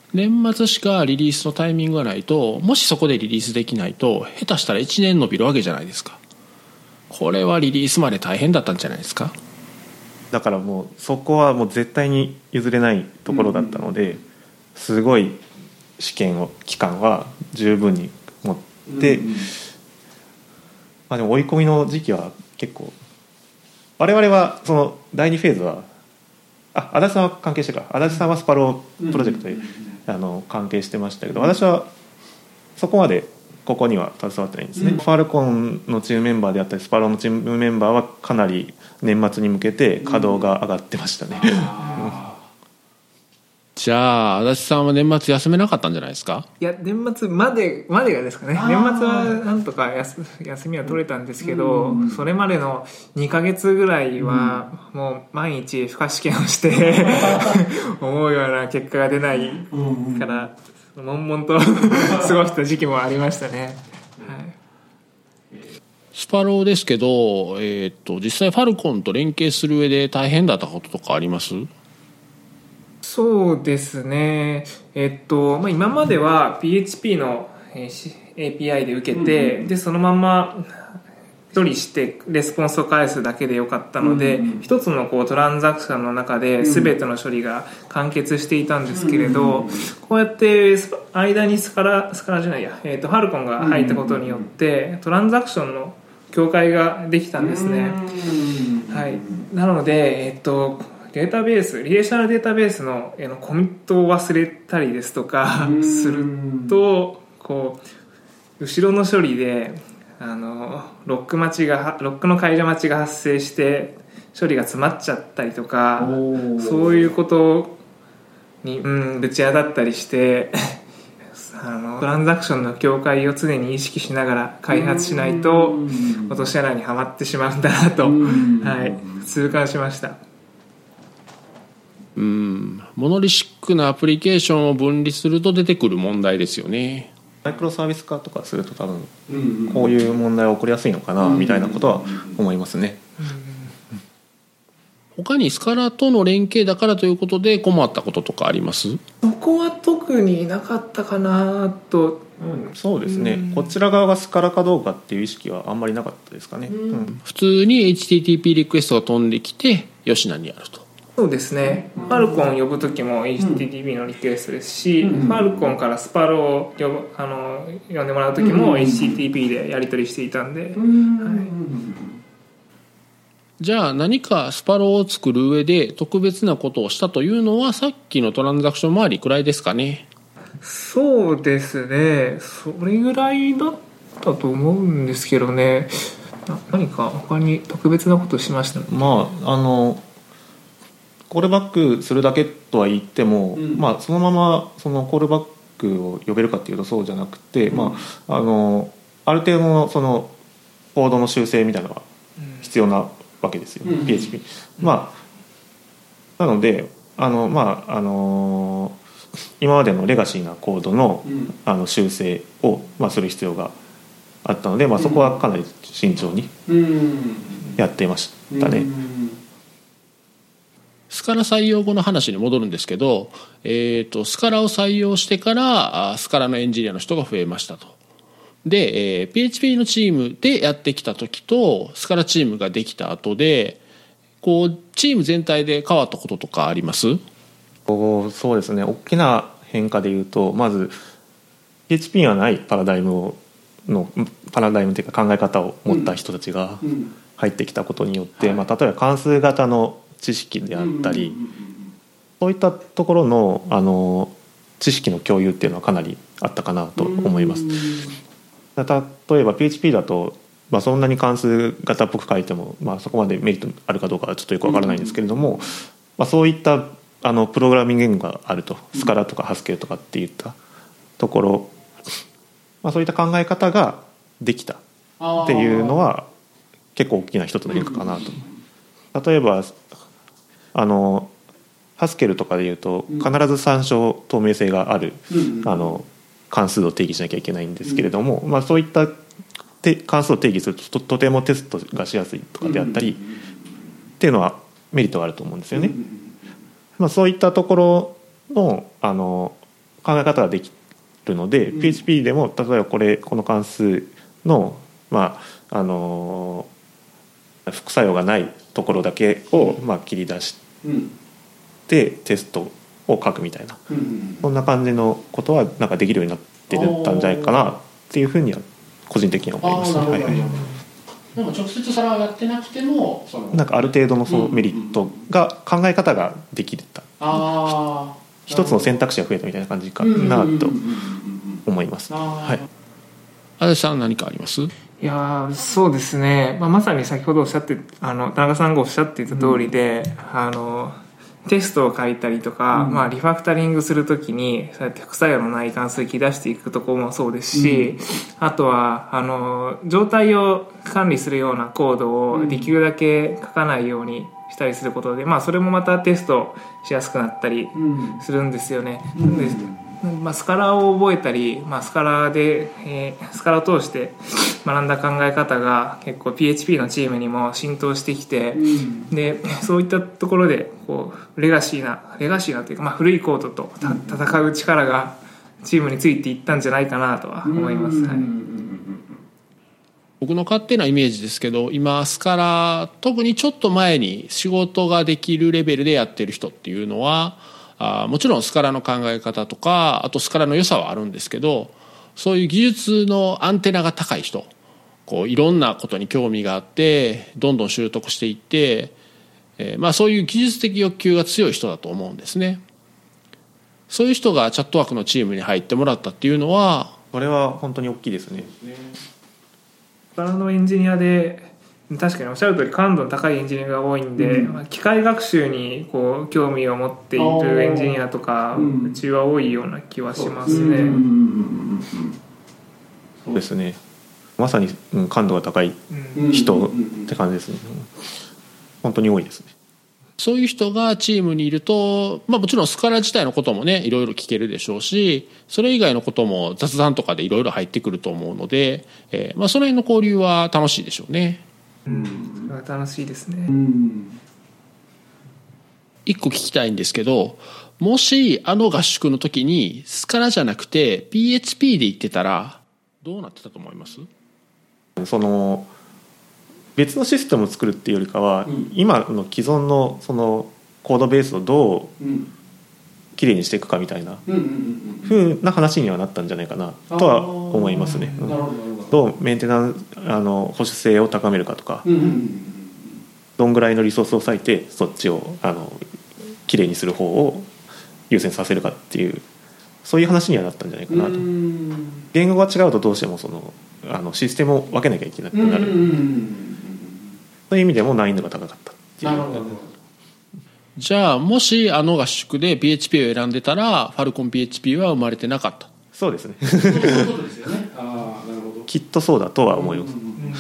[SPEAKER 1] 年末しかリリースのタイミングがないと、もしそこでリリースできないと下手したら1年延びるわけじゃないですか。これはリリースまで大変だったんじゃないですか。
[SPEAKER 2] だからもうそこはもう絶対に譲れないところだったので、すごい試験を期間は十分に持って、まあ、でも追い込みの時期は結構我々はその第2フェーズは足立さんは関係してから足立さんはスパロープロジェクトで関係してましたけど、私はそこまでここには携わってないんですね。ファルコンのチームメンバーであったりスパローのチームメンバーはかなり年末に向けて稼働が上がってましたね。
[SPEAKER 1] じゃあ足立さんは年末休めなかったんじゃないですか。
[SPEAKER 3] いや年末までがですかね。年末はなんとか休みは取れたんですけど、それまでの2ヶ月ぐらいはもう毎日負荷試験をして思うような結果が出ないから悶々と過ごした時期もありましたね。
[SPEAKER 1] スパローですけど、実際ファルコンと連携する上で大変だったこととかあります？
[SPEAKER 3] そうですね、今までは PHP の API で受けて、でそのまま処理してレスポンスを返すだけでよかったので、一つのトランザクションの中で全ての処理が完結していたんですけれど、こうやって間にファルコンが入ったことによってトランザクションの境界ができたんですね。はい、なので、データベースリレーショナルデータベースのコミットを忘れたりですとかすると、後ろの処理でロックの解除待ちが発生して処理が詰まっちゃったりとか、そういうことに、ぶち当たったりしてトランザクションの境界を常に意識しながら開発しないと落とし穴にはまってしまうんだなと、痛感しました。
[SPEAKER 1] モノリシックなアプリケーションを分離すると出てくる問題ですよね。
[SPEAKER 2] マイクロサービス化とかすると多分こういう問題が起こりやすいのかなみたいなことは思いますね。
[SPEAKER 1] 他にスカラとの連携だからということで困ったこととかあります？
[SPEAKER 3] そこは特になかったかなと。
[SPEAKER 2] そうですね、こちら側がスカラかどうかっていう意識はあんまりなかったですかね。
[SPEAKER 1] 普通に HTTP リクエストが飛んできて吉名にやると。
[SPEAKER 3] そうですね、ファルコン呼ぶ時も HTTP のリクエストですし、ファルコンからスパロを呼んでもらう時も HTTP でやり取りしていたんで、
[SPEAKER 1] じゃあ何かスパロを作る上で特別なことをしたというのはさっきのトランザクション周りくらいですかね。
[SPEAKER 3] そうですね、それぐらいだったと思うんですけどね。何か他に特別なことしました？
[SPEAKER 2] コールバックするだけとは言っても、そのままそのコールバックを呼べるかっていうとそうじゃなくて、ある程度のそのコードの修正みたいなのが必要なわけですよ、PHP。なので今までのレガシーなコードの修正をする必要があったので、そこはかなり慎重にやっていましたね。
[SPEAKER 1] スカラ採用後の話に戻るんですけど、スカラを採用してからスカラのエンジニアの人が増えましたと。で、PHP のチームでやってきた時とスカラチームができた後でチーム全体で変わったこととかあります？
[SPEAKER 2] そうですね、大きな変化でいうと、まず PHP にはないパラダイムというか考え方を持った人たちが入ってきたことによって、例えば関数型の知識であったり、そういったところの知識の共有っていうのはかなりあったかなと思います。例えば PHP だと、そんなに関数型っぽく書いても、そこまでメリットあるかどうかはちょっとよくわからないんですけれども、そういったプログラミング言語があると、スカラとかハスケルとかっていったところ、そういった考え方ができたっていうのは結構大きな一つの変化かなと。例えばハスケルとかでいうと必ず参照透明性がある、関数を定義しなきゃいけないんですけれども、そういった関数を定義すると とてもテストがしやすいとかであったりっていうのはメリットがあると思うんですよね。そういったところの考え方ができるので、PHP でも例えばこの関数の、副作用がないところだけを切り出してテストを書くみたいな、そんな感じのことはなんかできるようになってたんじゃないかなっていうふうには個人的には思います。
[SPEAKER 1] でも直接それはやってなくても
[SPEAKER 2] なんかある程度のそのメリットが、考え方ができた、一つの選択肢が増えたみたいな感じかなと思います。はい。
[SPEAKER 1] 足立さん何かあります？
[SPEAKER 3] いやそうですね、まさに先ほどおっしゃって田中さんがおっしゃっていた通りで、テストを書いたりとか、リファクタリングするときにそうやって副作用のない関数を切り出していくところもそうですし、あとは状態を管理するようなコードをできるだけ書かないようにしたりすることで、それもまたテストしやすくなったりするんですよね。スカラを覚えたり、スカラを通して学んだ考え方が結構 PHP のチームにも浸透してきて、でそういったところでこうレガシーなというか、古いコードと戦う力がチームについていったんじゃないかなとは思います。
[SPEAKER 1] 僕の勝手なイメージですけど、今スカラ特にちょっと前に仕事ができるレベルでやってる人っていうのはもちろんスカラの考え方とか、あとスカラの良さはあるんですけど、そういう技術のアンテナが高い人、いろんなことに興味があってどんどん習得していって、そういう技術的欲求が強い人だと思うんですね。そういう人がチャットワークのチームに入ってもらったっていうのは、
[SPEAKER 2] これは本当に大きいですね。
[SPEAKER 3] スカラのエンジニアで確かにおっしゃる通り感度の高いエンジニアが多いんで、機械学習に興味を持っているエンジニアとか、うちは多いような気はしますね。
[SPEAKER 2] そうですね、まさに感度が高い人って感じですね。本当に多いですね。
[SPEAKER 1] そういう人がチームにいると、もちろんスカラ自体のこともねいろいろ聞けるでしょうし、それ以外のことも雑談とかでいろいろ入ってくると思うので、その辺の交流は楽しいでしょうね。
[SPEAKER 3] 楽しいですね。
[SPEAKER 1] 一個聞きたいんですけど、もし合宿の時にスカラじゃなくて PHP で行ってたらどうなってたと思います？
[SPEAKER 2] その別のシステムを作るっていうよりかは、今の既存のそのコードベースをどうきれいにしていくかみたいな風な話にはなったんじゃないかなとは思いますね。どうメンテナンス保守性を高めるかとか、どんぐらいのリソースを割いてそっちをきれいにする方を優先させるかっていう、そういう話にはなったんじゃないかなと。言語が違うとどうしてもシステムを分けなきゃいけなくなる。そういう意味でも難易度が高かったっていう。
[SPEAKER 1] じゃあもし合宿で PHP を選んでたらファルコン PHP は生まれてなかった？
[SPEAKER 2] そうですね。
[SPEAKER 4] そういうことですよね。なるほど。
[SPEAKER 2] きっとそうだとは思います。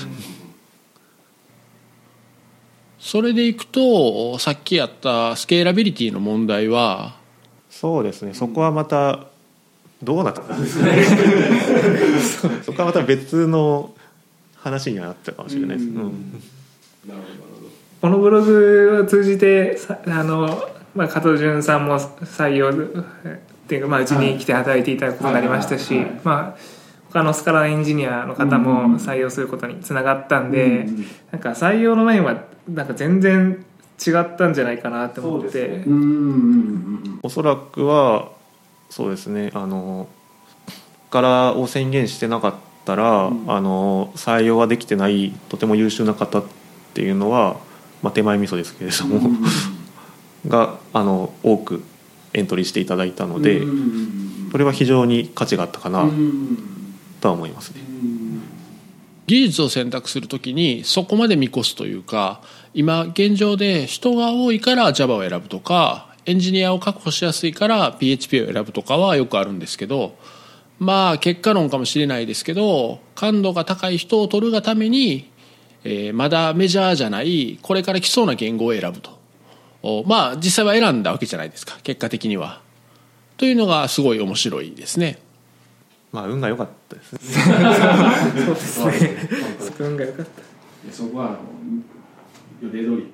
[SPEAKER 1] それでいくとさっきやったスケーラビリティの問題は、
[SPEAKER 2] そうですね、そこはまたどうなったんですかね。そこはまた別の話にはなってたかもしれないです。なるほど。
[SPEAKER 3] このブログを通じて加藤潤さんも採用っていうか、うちに来て働いていただくことになりましたし、他のスカラエンジニアの方も採用することにつながったんで、なんか採用の面はなんか全然違ったんじゃないかなと思って。
[SPEAKER 2] おそらくはそうですね、スカラを宣言してなかったら、採用ができてないとても優秀な方っていうのは、手前味噌ですけれどもが多くエントリーしていただいたので、それは非常に価値があったかなとは思いますね。
[SPEAKER 1] 技術を選択するときにそこまで見越すというか、今現状で人が多いから Java を選ぶとか、エンジニアを確保しやすいから PHP を選ぶとかはよくあるんですけど、結果論かもしれないですけど、感度が高い人を取るがために、まだメジャーじゃないこれから来そうな言語を選ぶと、実際は選んだわけじゃないですか、結果的には。というのがすごい面白いですね。
[SPEAKER 2] 運が良かったですね。
[SPEAKER 3] そうですね。運が良かった。
[SPEAKER 4] そこは予定通り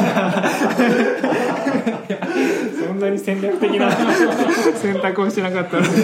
[SPEAKER 3] そんなに戦略的な選択をしなかったので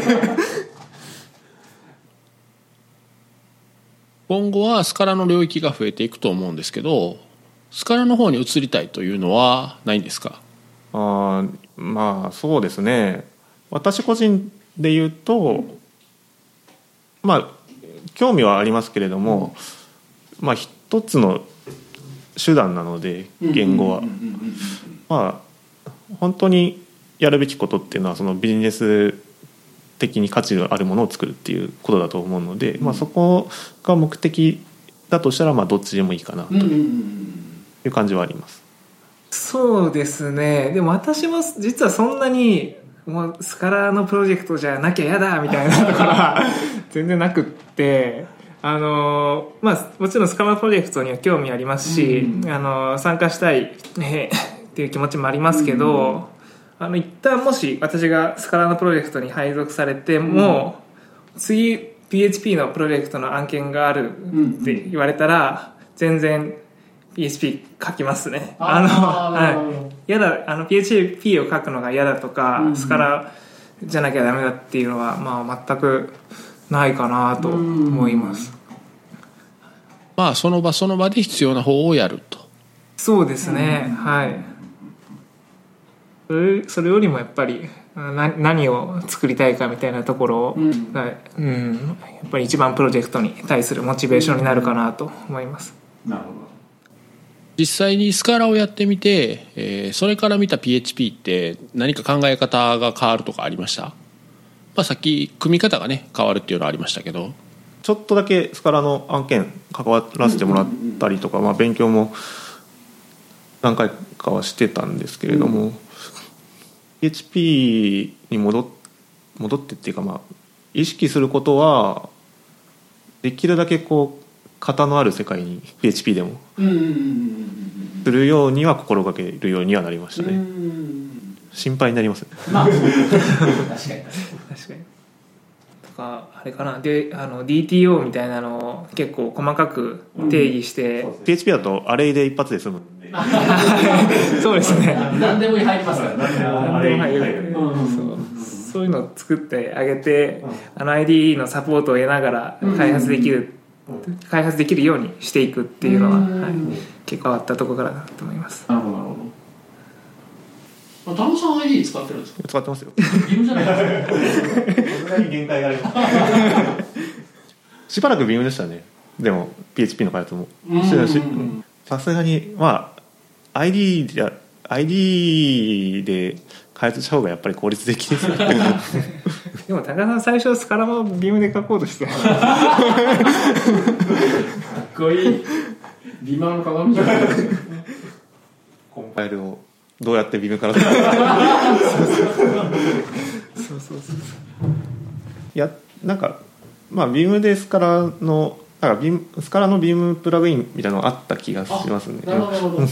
[SPEAKER 1] 今後はスカラの領域が増えていくと思うんですけど、スカラの方に移りたいというのはないんですか？
[SPEAKER 2] まあそうですね、私個人で言うとまあ興味はありますけれども、まあ一つの手段なので言語はまあ本当にやるべきことっていうのはそのビジネス的に価値のあるものを作るっていうことだと思うので、まあ、そこが目的だとしたらまあどっちでもいいかなという感じはあります。
[SPEAKER 3] そうですね。でも私も実はそんなにもうスカラのプロジェクトじゃなきゃ嫌だみたいなところは全然なくってまあもちろんスカラプロジェクトには興味ありますし、参加したい、っていう気持ちもありますけど、一旦もし私がスカラのプロジェクトに配属されても、次 PHP のプロジェクトの案件があるって言われたら全然 PHP 書きますね。嫌だ、PHP を書くのが嫌だとか、スカラじゃなきゃダメだっていうのは、まあ、全くないかなと思います。
[SPEAKER 1] まあその場その場で必要な方をやると。そう
[SPEAKER 3] ですね、はい。それよりもやっぱり何を作りたいかみたいなところが、やっぱり一番プロジェクトに対するモチベーションになるかなと思います。
[SPEAKER 4] なるほど。
[SPEAKER 1] 実際にスカラをやってみて、それから見た PHP って何か考え方が変わるとかありました？まあ、さっき組み方がね変わるっていうのはありましたけど、
[SPEAKER 2] ちょっとだけスカラの案件関わらせてもらったりとか、まあ、勉強も何回かはしてたんですけれども、PHP に戻ってっていうか、まあ、意識することはできるだけこう型のある世界に PHP でもするようには心がけるようにはなりましたね。心配になりますね。
[SPEAKER 4] まあ、確かに
[SPEAKER 3] とかあれかな、でDTO みたいなのを結構細かく定義して、
[SPEAKER 2] PHP だとアレイで一発で済むんで
[SPEAKER 3] そうですね、
[SPEAKER 4] 何でも入りますから
[SPEAKER 3] 何でも入る、そういうのを作ってあげて、IDE のサポートを得ながら開発できるようにしていくっていうのは、結構変わったところからだと思います。
[SPEAKER 4] なるほどなるほど。田野さん ID 使ってるんですか？
[SPEAKER 2] 使ってますよ。
[SPEAKER 4] ビームじゃないですか？
[SPEAKER 2] さすがに限界がありますしばらくビームでしたね。でも PHP の開発もさすがにまあ ID で開発した方がやっぱり効率的ですよね。
[SPEAKER 3] でも高田さん最初スカラもビームで書こうとしてか
[SPEAKER 4] っこいい。ビーマーの鏡じゃないですか。
[SPEAKER 2] コンパイルをどうやってビームからいやなんかまあビームでスカラのスカラのビームプラグインみたいなのがあった気がしますね。
[SPEAKER 4] なるほど。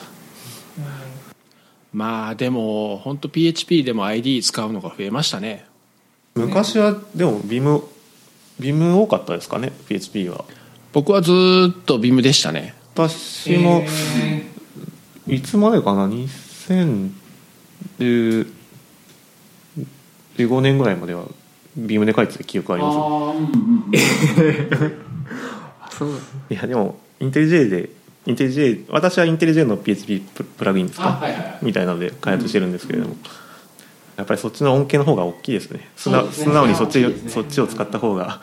[SPEAKER 1] まあでも本当 PHP でも ID 使うのが増えましたね。
[SPEAKER 2] 昔はでもビーム多かったですかね。 PHP は
[SPEAKER 1] 僕はずっとビームでしたね。
[SPEAKER 2] 私もいつまでかな、2015年ぐらいまではビームで書いてた記憶あります。
[SPEAKER 3] そう
[SPEAKER 2] いやでもインテリジェ私はインテリジェの PHP プラグインですか、みたいなので開発してるんですけれども、やっぱりそっちの恩恵の方が大きいですね。素直にそっちを使った方が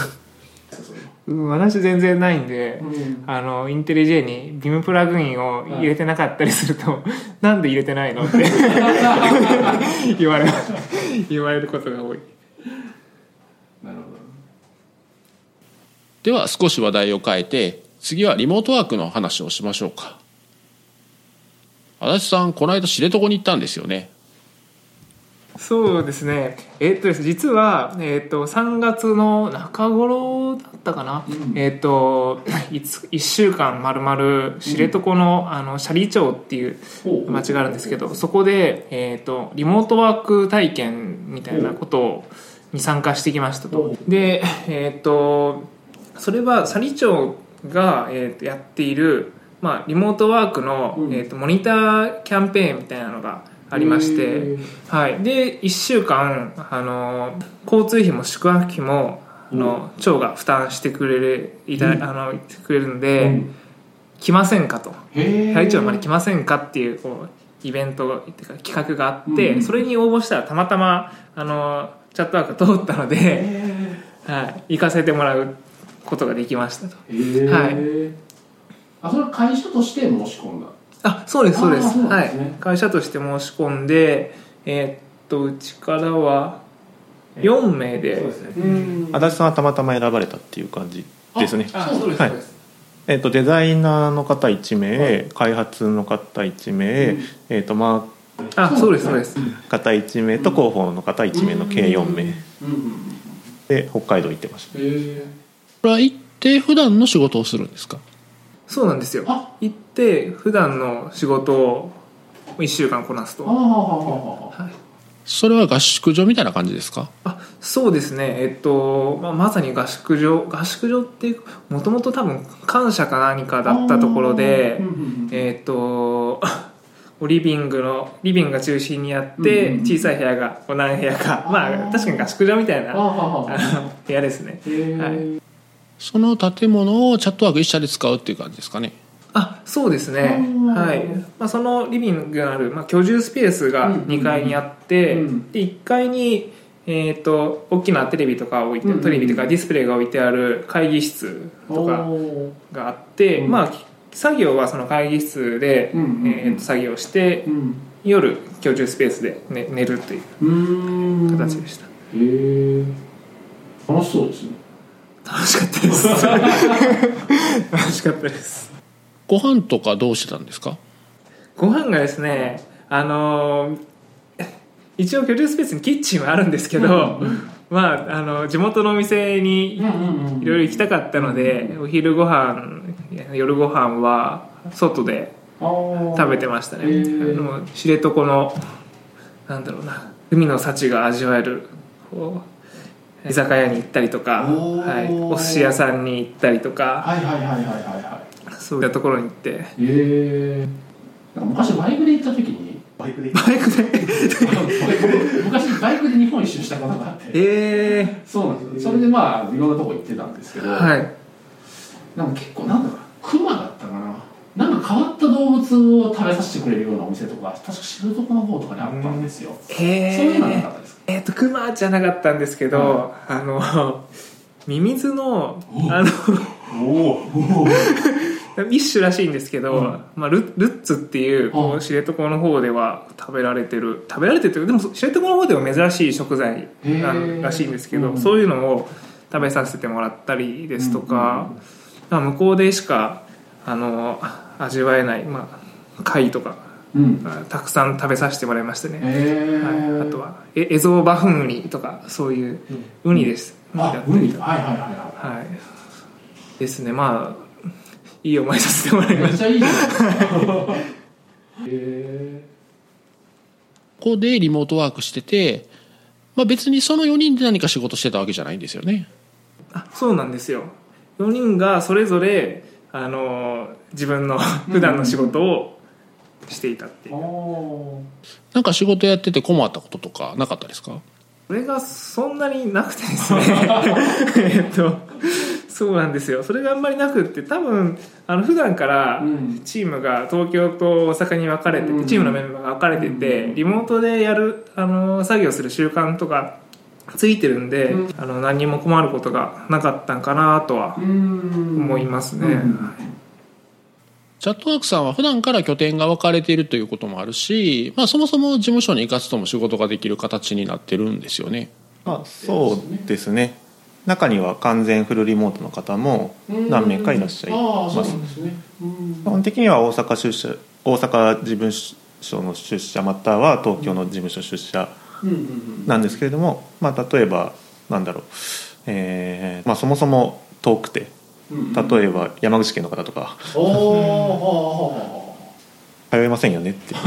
[SPEAKER 3] 私全然ないんで、インテリジェにビームプラグインを入れてなかったりすると、なんで入れてないのって言われることが多い。
[SPEAKER 4] なるほど。
[SPEAKER 1] では少し話題を変えて、次はリモートワークの話をしましょうか。足立さん、この間知床に行ったんですよね。
[SPEAKER 3] そうですね。実は、3月の中頃だったかな。1週間丸々知床の、斜里町っていう町があるんですけど、そこで、リモートワーク体験みたいなことに参加してきましたと。で、それは斜里町が、やっている、 リモートワークの、モニターキャンペーンみたいなのがありまして、はい、で1週間交通費も宿泊費も町が負担してくれるので、来ませんかと、会長まで来ませんかっていうイベントっていうか企画があって、それに応募したらたまたまチャットワーク通ったので、はい、行かせてもらうことができましたと。はい、
[SPEAKER 4] それは会社として申し込んだ？
[SPEAKER 3] そうですそうです。
[SPEAKER 4] そうなん
[SPEAKER 3] は
[SPEAKER 4] ですね。
[SPEAKER 3] い、会社として申し込んで、うちからは4名で、
[SPEAKER 2] 足立さんはたまたま選ばれたっていう感じですね。
[SPEAKER 3] そうです、
[SPEAKER 2] はい
[SPEAKER 3] そうです。
[SPEAKER 2] デザイナーの方1名、開発の方1名、
[SPEAKER 3] そうですそうです。
[SPEAKER 2] 方1名と広報の方1名の計4名で北海道行ってました。
[SPEAKER 1] これは行って普段の仕事をするんですか？
[SPEAKER 3] そうなんですよ。行って普段の仕事を1週間こなすと。
[SPEAKER 1] それは合宿所みたいな感じですか？
[SPEAKER 3] そうですね。まさに合宿所っていうもともと多分官舎か何かだったところで、リビングが中心にあって、小さい部屋が何部屋か、確かに合宿所みたいな部屋ですね。はい、
[SPEAKER 1] その建物をチャットワーク一社で使うっていう感じですかね？
[SPEAKER 3] そうですね。はい。そのリビングがある、居住スペースが2階にあって、で1階に大きなテレビとか置いて、テレビとかディスプレイが置いてある会議室とかがあって、作業はその会議室で、作業して、夜居住スペースで、寝るという形でした。
[SPEAKER 4] 楽しそうですね。
[SPEAKER 3] 楽しかったです楽しかったです。
[SPEAKER 1] ご飯とかどうしてたんですか？
[SPEAKER 3] ご飯がですね、一応居住スペースにキッチンはあるんですけど、地元のお店にいろいろ行きたかったので、お昼ご飯夜ご飯は外で食べてましたね。知床の海の幸が味わえる居酒屋に行ったりとか、お寿司屋さんに行ったりとか、そういったところに行って、
[SPEAKER 4] 昔バイクで行った時に昔バイクで日本一周したことがあって、そうなんです。それでいろんなとこ行ってたんですけど、結構クマだったかな、変わった動物を食べさせてくれるようなお店とか確か知床の方とかにあったんですよ。そういうのはなかったですか？
[SPEAKER 3] クマじゃなかったんですけど、ミミズの一種らしいんですけど、ルッツっていう知床の方では食べられてるというか、でも知床の方では珍しい食材らしいんですけど、そういうのを食べさせてもらったりですとか、向こうでしか味わえない貝とか、たくさん食べさせてもらいましたね。あとはエゾバフンウニとか、そういうウニです。
[SPEAKER 4] ウニ、
[SPEAKER 3] ですね。いい思いさせてもらいました。めっちゃいい
[SPEAKER 1] ここでリモートワークしてて、別にその4人で何か仕事してたわけじゃないんですよね。
[SPEAKER 3] そうなんですよ。4人がそれぞれ自分の普段の仕事をしていたっていう。
[SPEAKER 1] 仕事やってて困ったこととかなかったですか？
[SPEAKER 3] それがそんなになくてですねそうなんですよ。それがあんまりなくって、多分普段からチームが東京と大阪に分かれてて、チームのメンバーが分かれてて、リモートでやる作業する習慣とかついてるんで、何にも困ることがなかったんかなとは思いますね。
[SPEAKER 1] チャットワークさんは普段から拠点が分かれているということもあるし、そもそも事務所に行かずとも仕事ができる形になってるんですよね。
[SPEAKER 2] そうですね。中には完全フルリモートの方も何名かいらっしゃいます。基本的には大阪事務所の出社または東京の事務所出社なんですけれども、例えばそもそも遠くて、例えば山口県の方とか通えませんよねって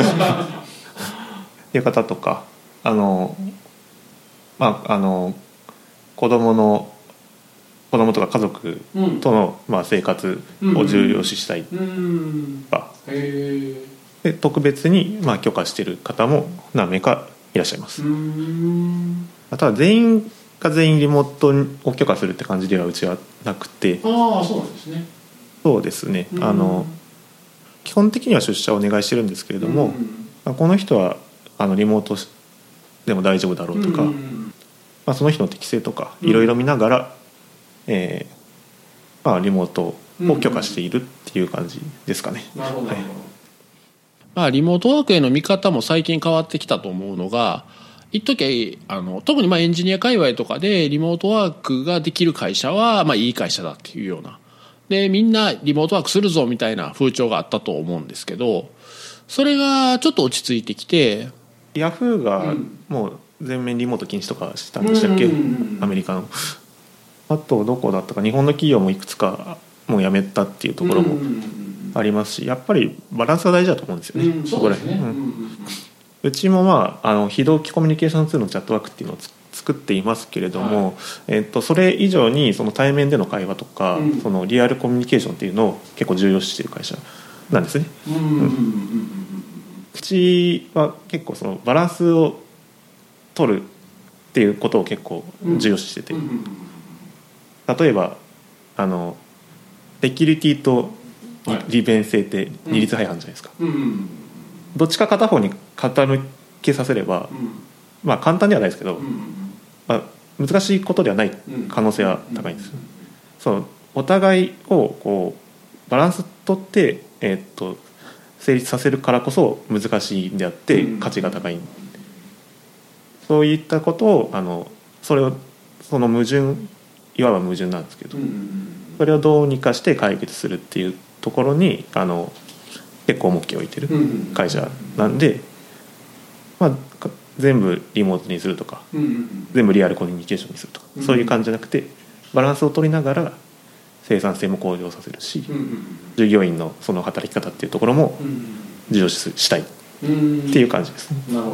[SPEAKER 2] いう方とか、子供の子供とか家族とのまあ生活を重要視したいとか、で特別にまあ許可している方も何名かいらっしゃいます。ただ全員が全員リモートを許可するって感じではうちはなくて。
[SPEAKER 4] ああ、そうなんですね。
[SPEAKER 2] そうですね、基本的には出社をお願いしてるんですけれども、この人はリモートでも大丈夫だろうとか、まあ、その人の適性とかいろいろ見ながら、まあ、リモートを許可しているっていう感じですかね。
[SPEAKER 4] なるほど、はい。
[SPEAKER 1] まあ、リモートワークへの見方も最近変わってきたと思うのが、一時特にまあエンジニア界隈とかでリモートワークができる会社はまあいい会社だっていうようなで、みんなリモートワークするぞみたいな風潮があったと思うんですけど、それがちょっと落ち着いてきて、
[SPEAKER 2] ヤフーがもう全面リモート禁止とかしたんでしたっけ、アメリカの。あとどこだったか、日本の企業もいくつかもうやめたっていうところもありますし、やっぱりバランスが大事だと思うんですよね、そこら辺。うちもまあ非同期コミュニケーションツールのチャットワークっていうのを作っていますけれども、それ以上にその対面での会話とか、そのリアルコミュニケーションっていうのを結構重要視している会社なんですね。うちは結構そのバランスを取るっていうことを結構重要視してて、例えばセキュリティと利便性って二律背反じゃないですか。どっちか片方に傾けさせれば、まあ簡単ではないですけど、まあ、難しいことではない可能性は高いんです。そうお互いをこうバランス取って、成立させるからこそ難しいんであって価値が高い、そういったことをその矛盾、いわば矛盾なんですけど、それをどうにかして解決するっていうところに結構重きを置いてる会社なんで、まあ全部リモートにするとか、全部リアルコミュニケーションにするとか、そういう感じじゃなくてバランスを取りながら生産性も向上させるし、従業員のその働き方っていうところも重要視したいっていう感じです。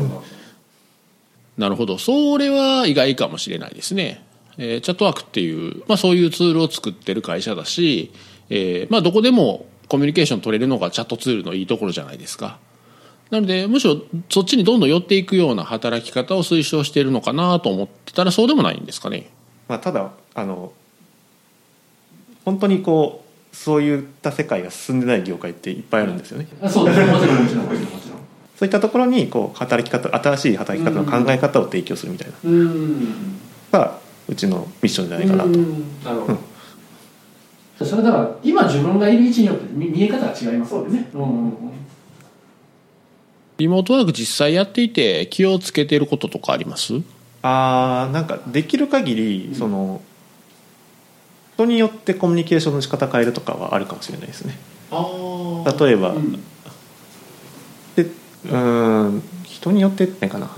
[SPEAKER 1] なるほど、それは意外かもしれないですね。チャットワークっていう、まあ、そういうツールを作ってる会社だし、まあ、どこでもコミュニケーション取れるのがチャットツールのいいところじゃないですか。なのでむしろそっちにどんどん寄っていくような働き方を推奨しているのかなと思ってたら、そうでもないんですかね。
[SPEAKER 2] まあ、ただ本当にこうそういった世界が進んでない業界っていっぱいあるんですよね。
[SPEAKER 4] そうですね、もちろん
[SPEAKER 2] そういったところにこう働き方、新しい働き方の考え方を提供するみたいながうちのミッションじゃないかなと。
[SPEAKER 4] なるほど、それだから今自分がいる位置によって見え方が違いますよね。
[SPEAKER 1] リモートワーク実際やっていて気をつけていることとかあります？
[SPEAKER 2] なんかできる限りその人によってコミュニケーションの仕方変えるとかはあるかもしれないですね。例えば、人によってってかな、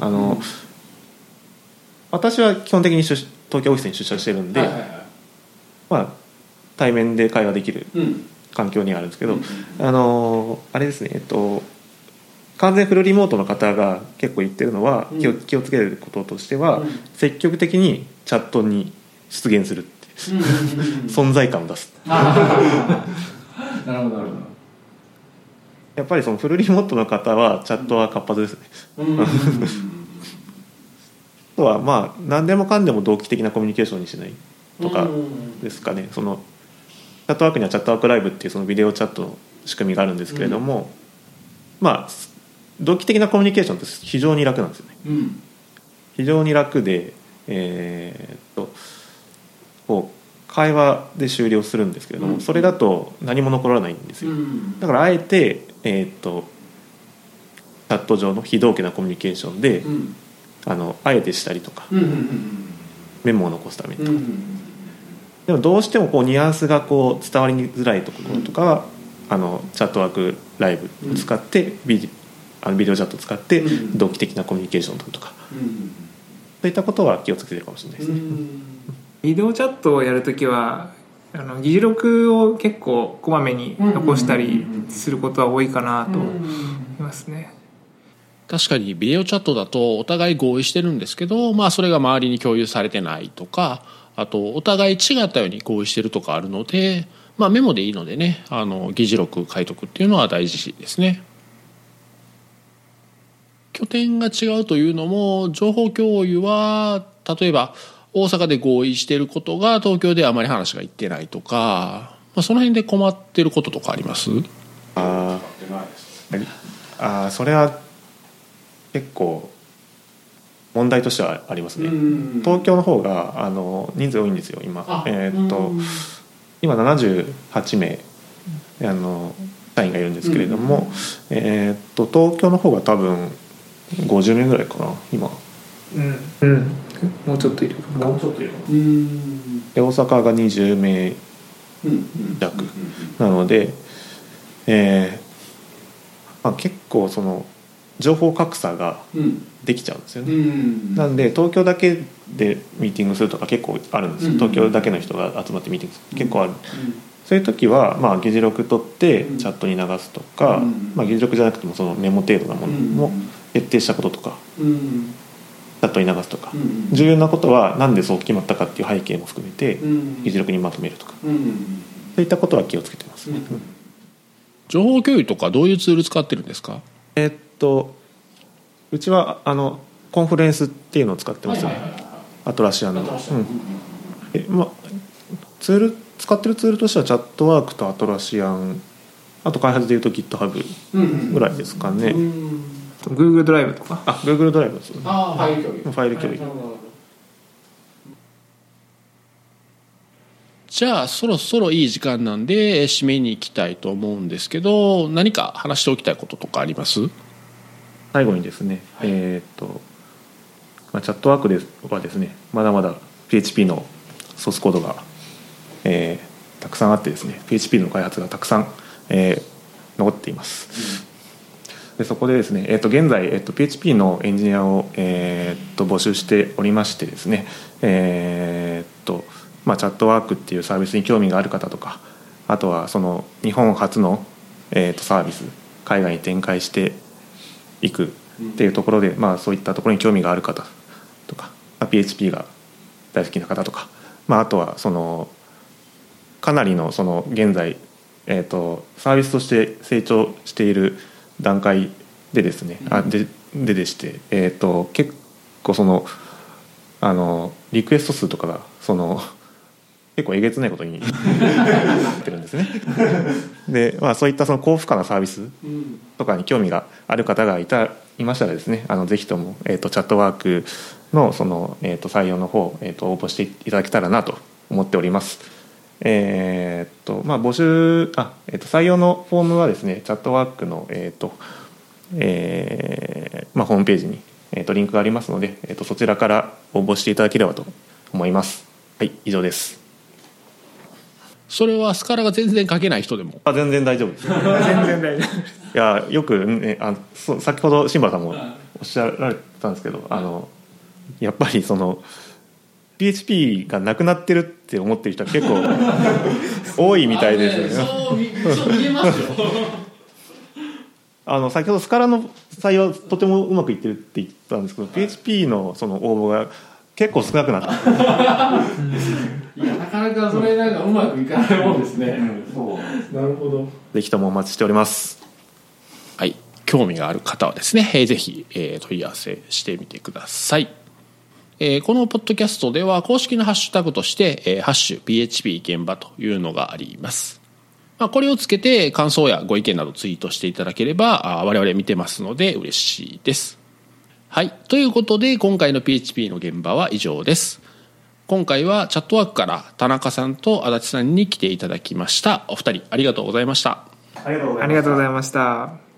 [SPEAKER 2] 私は基本的に東京オフィスに出社してるんで、まあ対面で会話できる環境にはあるんですけど、あれですね、完全フルリモートの方が結構言ってるのは、気をつけることとしては、積極的にチャットに出現するって存在感を出す。
[SPEAKER 4] なるほどなるほど。
[SPEAKER 2] やっぱりそのフルリモートの方はチャットは活発ですね。あとはまあ何でもかんでも同期的なコミュニケーションにしないとかですかね。そのチャットワークにはチャットワークライブっていうそのビデオチャットの仕組みがあるんですけれども、まあ同期的なコミュニケーションって非常に楽なんですよね。非常に楽で、こう会話で終了するんですけれども、それだと何も残らないんですよ。だからあえて、チャット上の非同期なコミュニケーションで、あえてしたりとか、メモを残すためにとか、でもどうしてもこうニュアンスがこう伝わりづらいところとかは、チャットワークライブを使って、ビデオチャットを使って同期的なコミュニケーションを取るとか、そういったことは気をつけてるかもしれないですね。
[SPEAKER 3] ビデオチャットをやるときは議事録を結構こまめに残したりすることは多いかなと思いますね。
[SPEAKER 1] 確かにビデオチャットだとお互い合意してるんですけど、まあ、それが周りに共有されてないとか、 あとお互い違ったように合意してるとかあるので、メモでいいのでね、議事録書いとくっていうのは大事ですね。拠点が違うというのも、情報共有は例えば大阪で合意していることが東京であまり話がいってないとか、その辺で困ってることとかあります？
[SPEAKER 2] それは結構問題としてはありますね。東京の方が人数多いんですよ今。今78名社員がいるんですけれども、東京の方が多分50名ぐらいかな今。
[SPEAKER 3] もうちょっといるか。
[SPEAKER 2] もうちょっといる。で大阪が20名弱なので、結構その情報格差ができちゃうんですよね。なんで東京だけでミーティングするとか結構あるんですよ。東京だけの人が集まってミーティングする結構ある。そういう時は議事録取ってチャットに流すとか、議事録じゃなくてもそのメモ程度なものも決定したこととかチャットに流すとか、重要なことはなんでそう決まったかっていう背景も含めて議事録にまとめるとか、そういったことは気をつけてますね。
[SPEAKER 1] 情報共有とかどういうツール使ってるんですか？
[SPEAKER 2] うちはコンフルエンスっていうのを使ってますね。アトラシアの。ツール使ってるツールとしてはチャットワークとアトラシアン、あと開発でいうと GitHub ぐらいですかね。
[SPEAKER 3] Google ドライブとか。
[SPEAKER 2] Google ドライブですね。
[SPEAKER 4] ファイル共有。
[SPEAKER 2] ファイル共有。
[SPEAKER 1] じゃあそろそろいい時間なんで締めに行きたいと思うんですけど、何か話しておきたいこととかあります？
[SPEAKER 2] 最後にですね、チャットワークではですね、まだまだ PHP のソースコードが、たくさんあってですね、 PHP の開発がたくさん、残っています。でそこでですね、現在、PHP のエンジニアを、募集しておりましてですね、チャットワークっていうサービスに興味がある方とか、あとはその日本初の、サービス海外に展開していくっていうところで、そういったところに興味がある方とか、PHP が大好きな方とか、あとはそのかなりのその現在、サービスとして成長している段階でですね、でして、結構そのリクエスト数とかがその結構えげつないことになってるんですね。で、そういったその高負荷なサービスとかに興味がある方がいましたらですね、ぜひとも、チャットワークのその、採用の方、応募していただけたらなと思っております。募集採用のフォームはですね、チャットワークの、ホームページに、リンクがありますので、そちらから応募していただければと思います。はい、以上です。
[SPEAKER 1] それはスカラが全然書けない人でも？
[SPEAKER 2] 全然大丈夫です。全然大丈夫。いやよくね、先ほど新原さんもおっしゃられたんですけど、やっぱりその PHP がなくなってるって思ってる人は結構多いみたいですよね。
[SPEAKER 4] そう見えますよ。
[SPEAKER 2] 先ほどスカラの採用はとてもうまくいってるって言ったんですけど、PHP のその応募が結構少なくなった。
[SPEAKER 4] いやなかなかそれなんかうまくいかないもんですね。そうなるほど。
[SPEAKER 2] ぜひともお待ちしております。
[SPEAKER 1] はい、興味がある方はですね、ぜひ、問い合わせしてみてください。このポッドキャストでは公式のハッシュタグとしてハッシュ PHP 現場というのがあります。これをつけて感想やご意見などツイートしていただければ我々見てますので嬉しいです。はい、ということで今回の PHP の現場は以上です。今回はチャットワークから田中さんと足立さんに来ていただきました。お二人ありがとうございました。
[SPEAKER 3] ありがとうございました。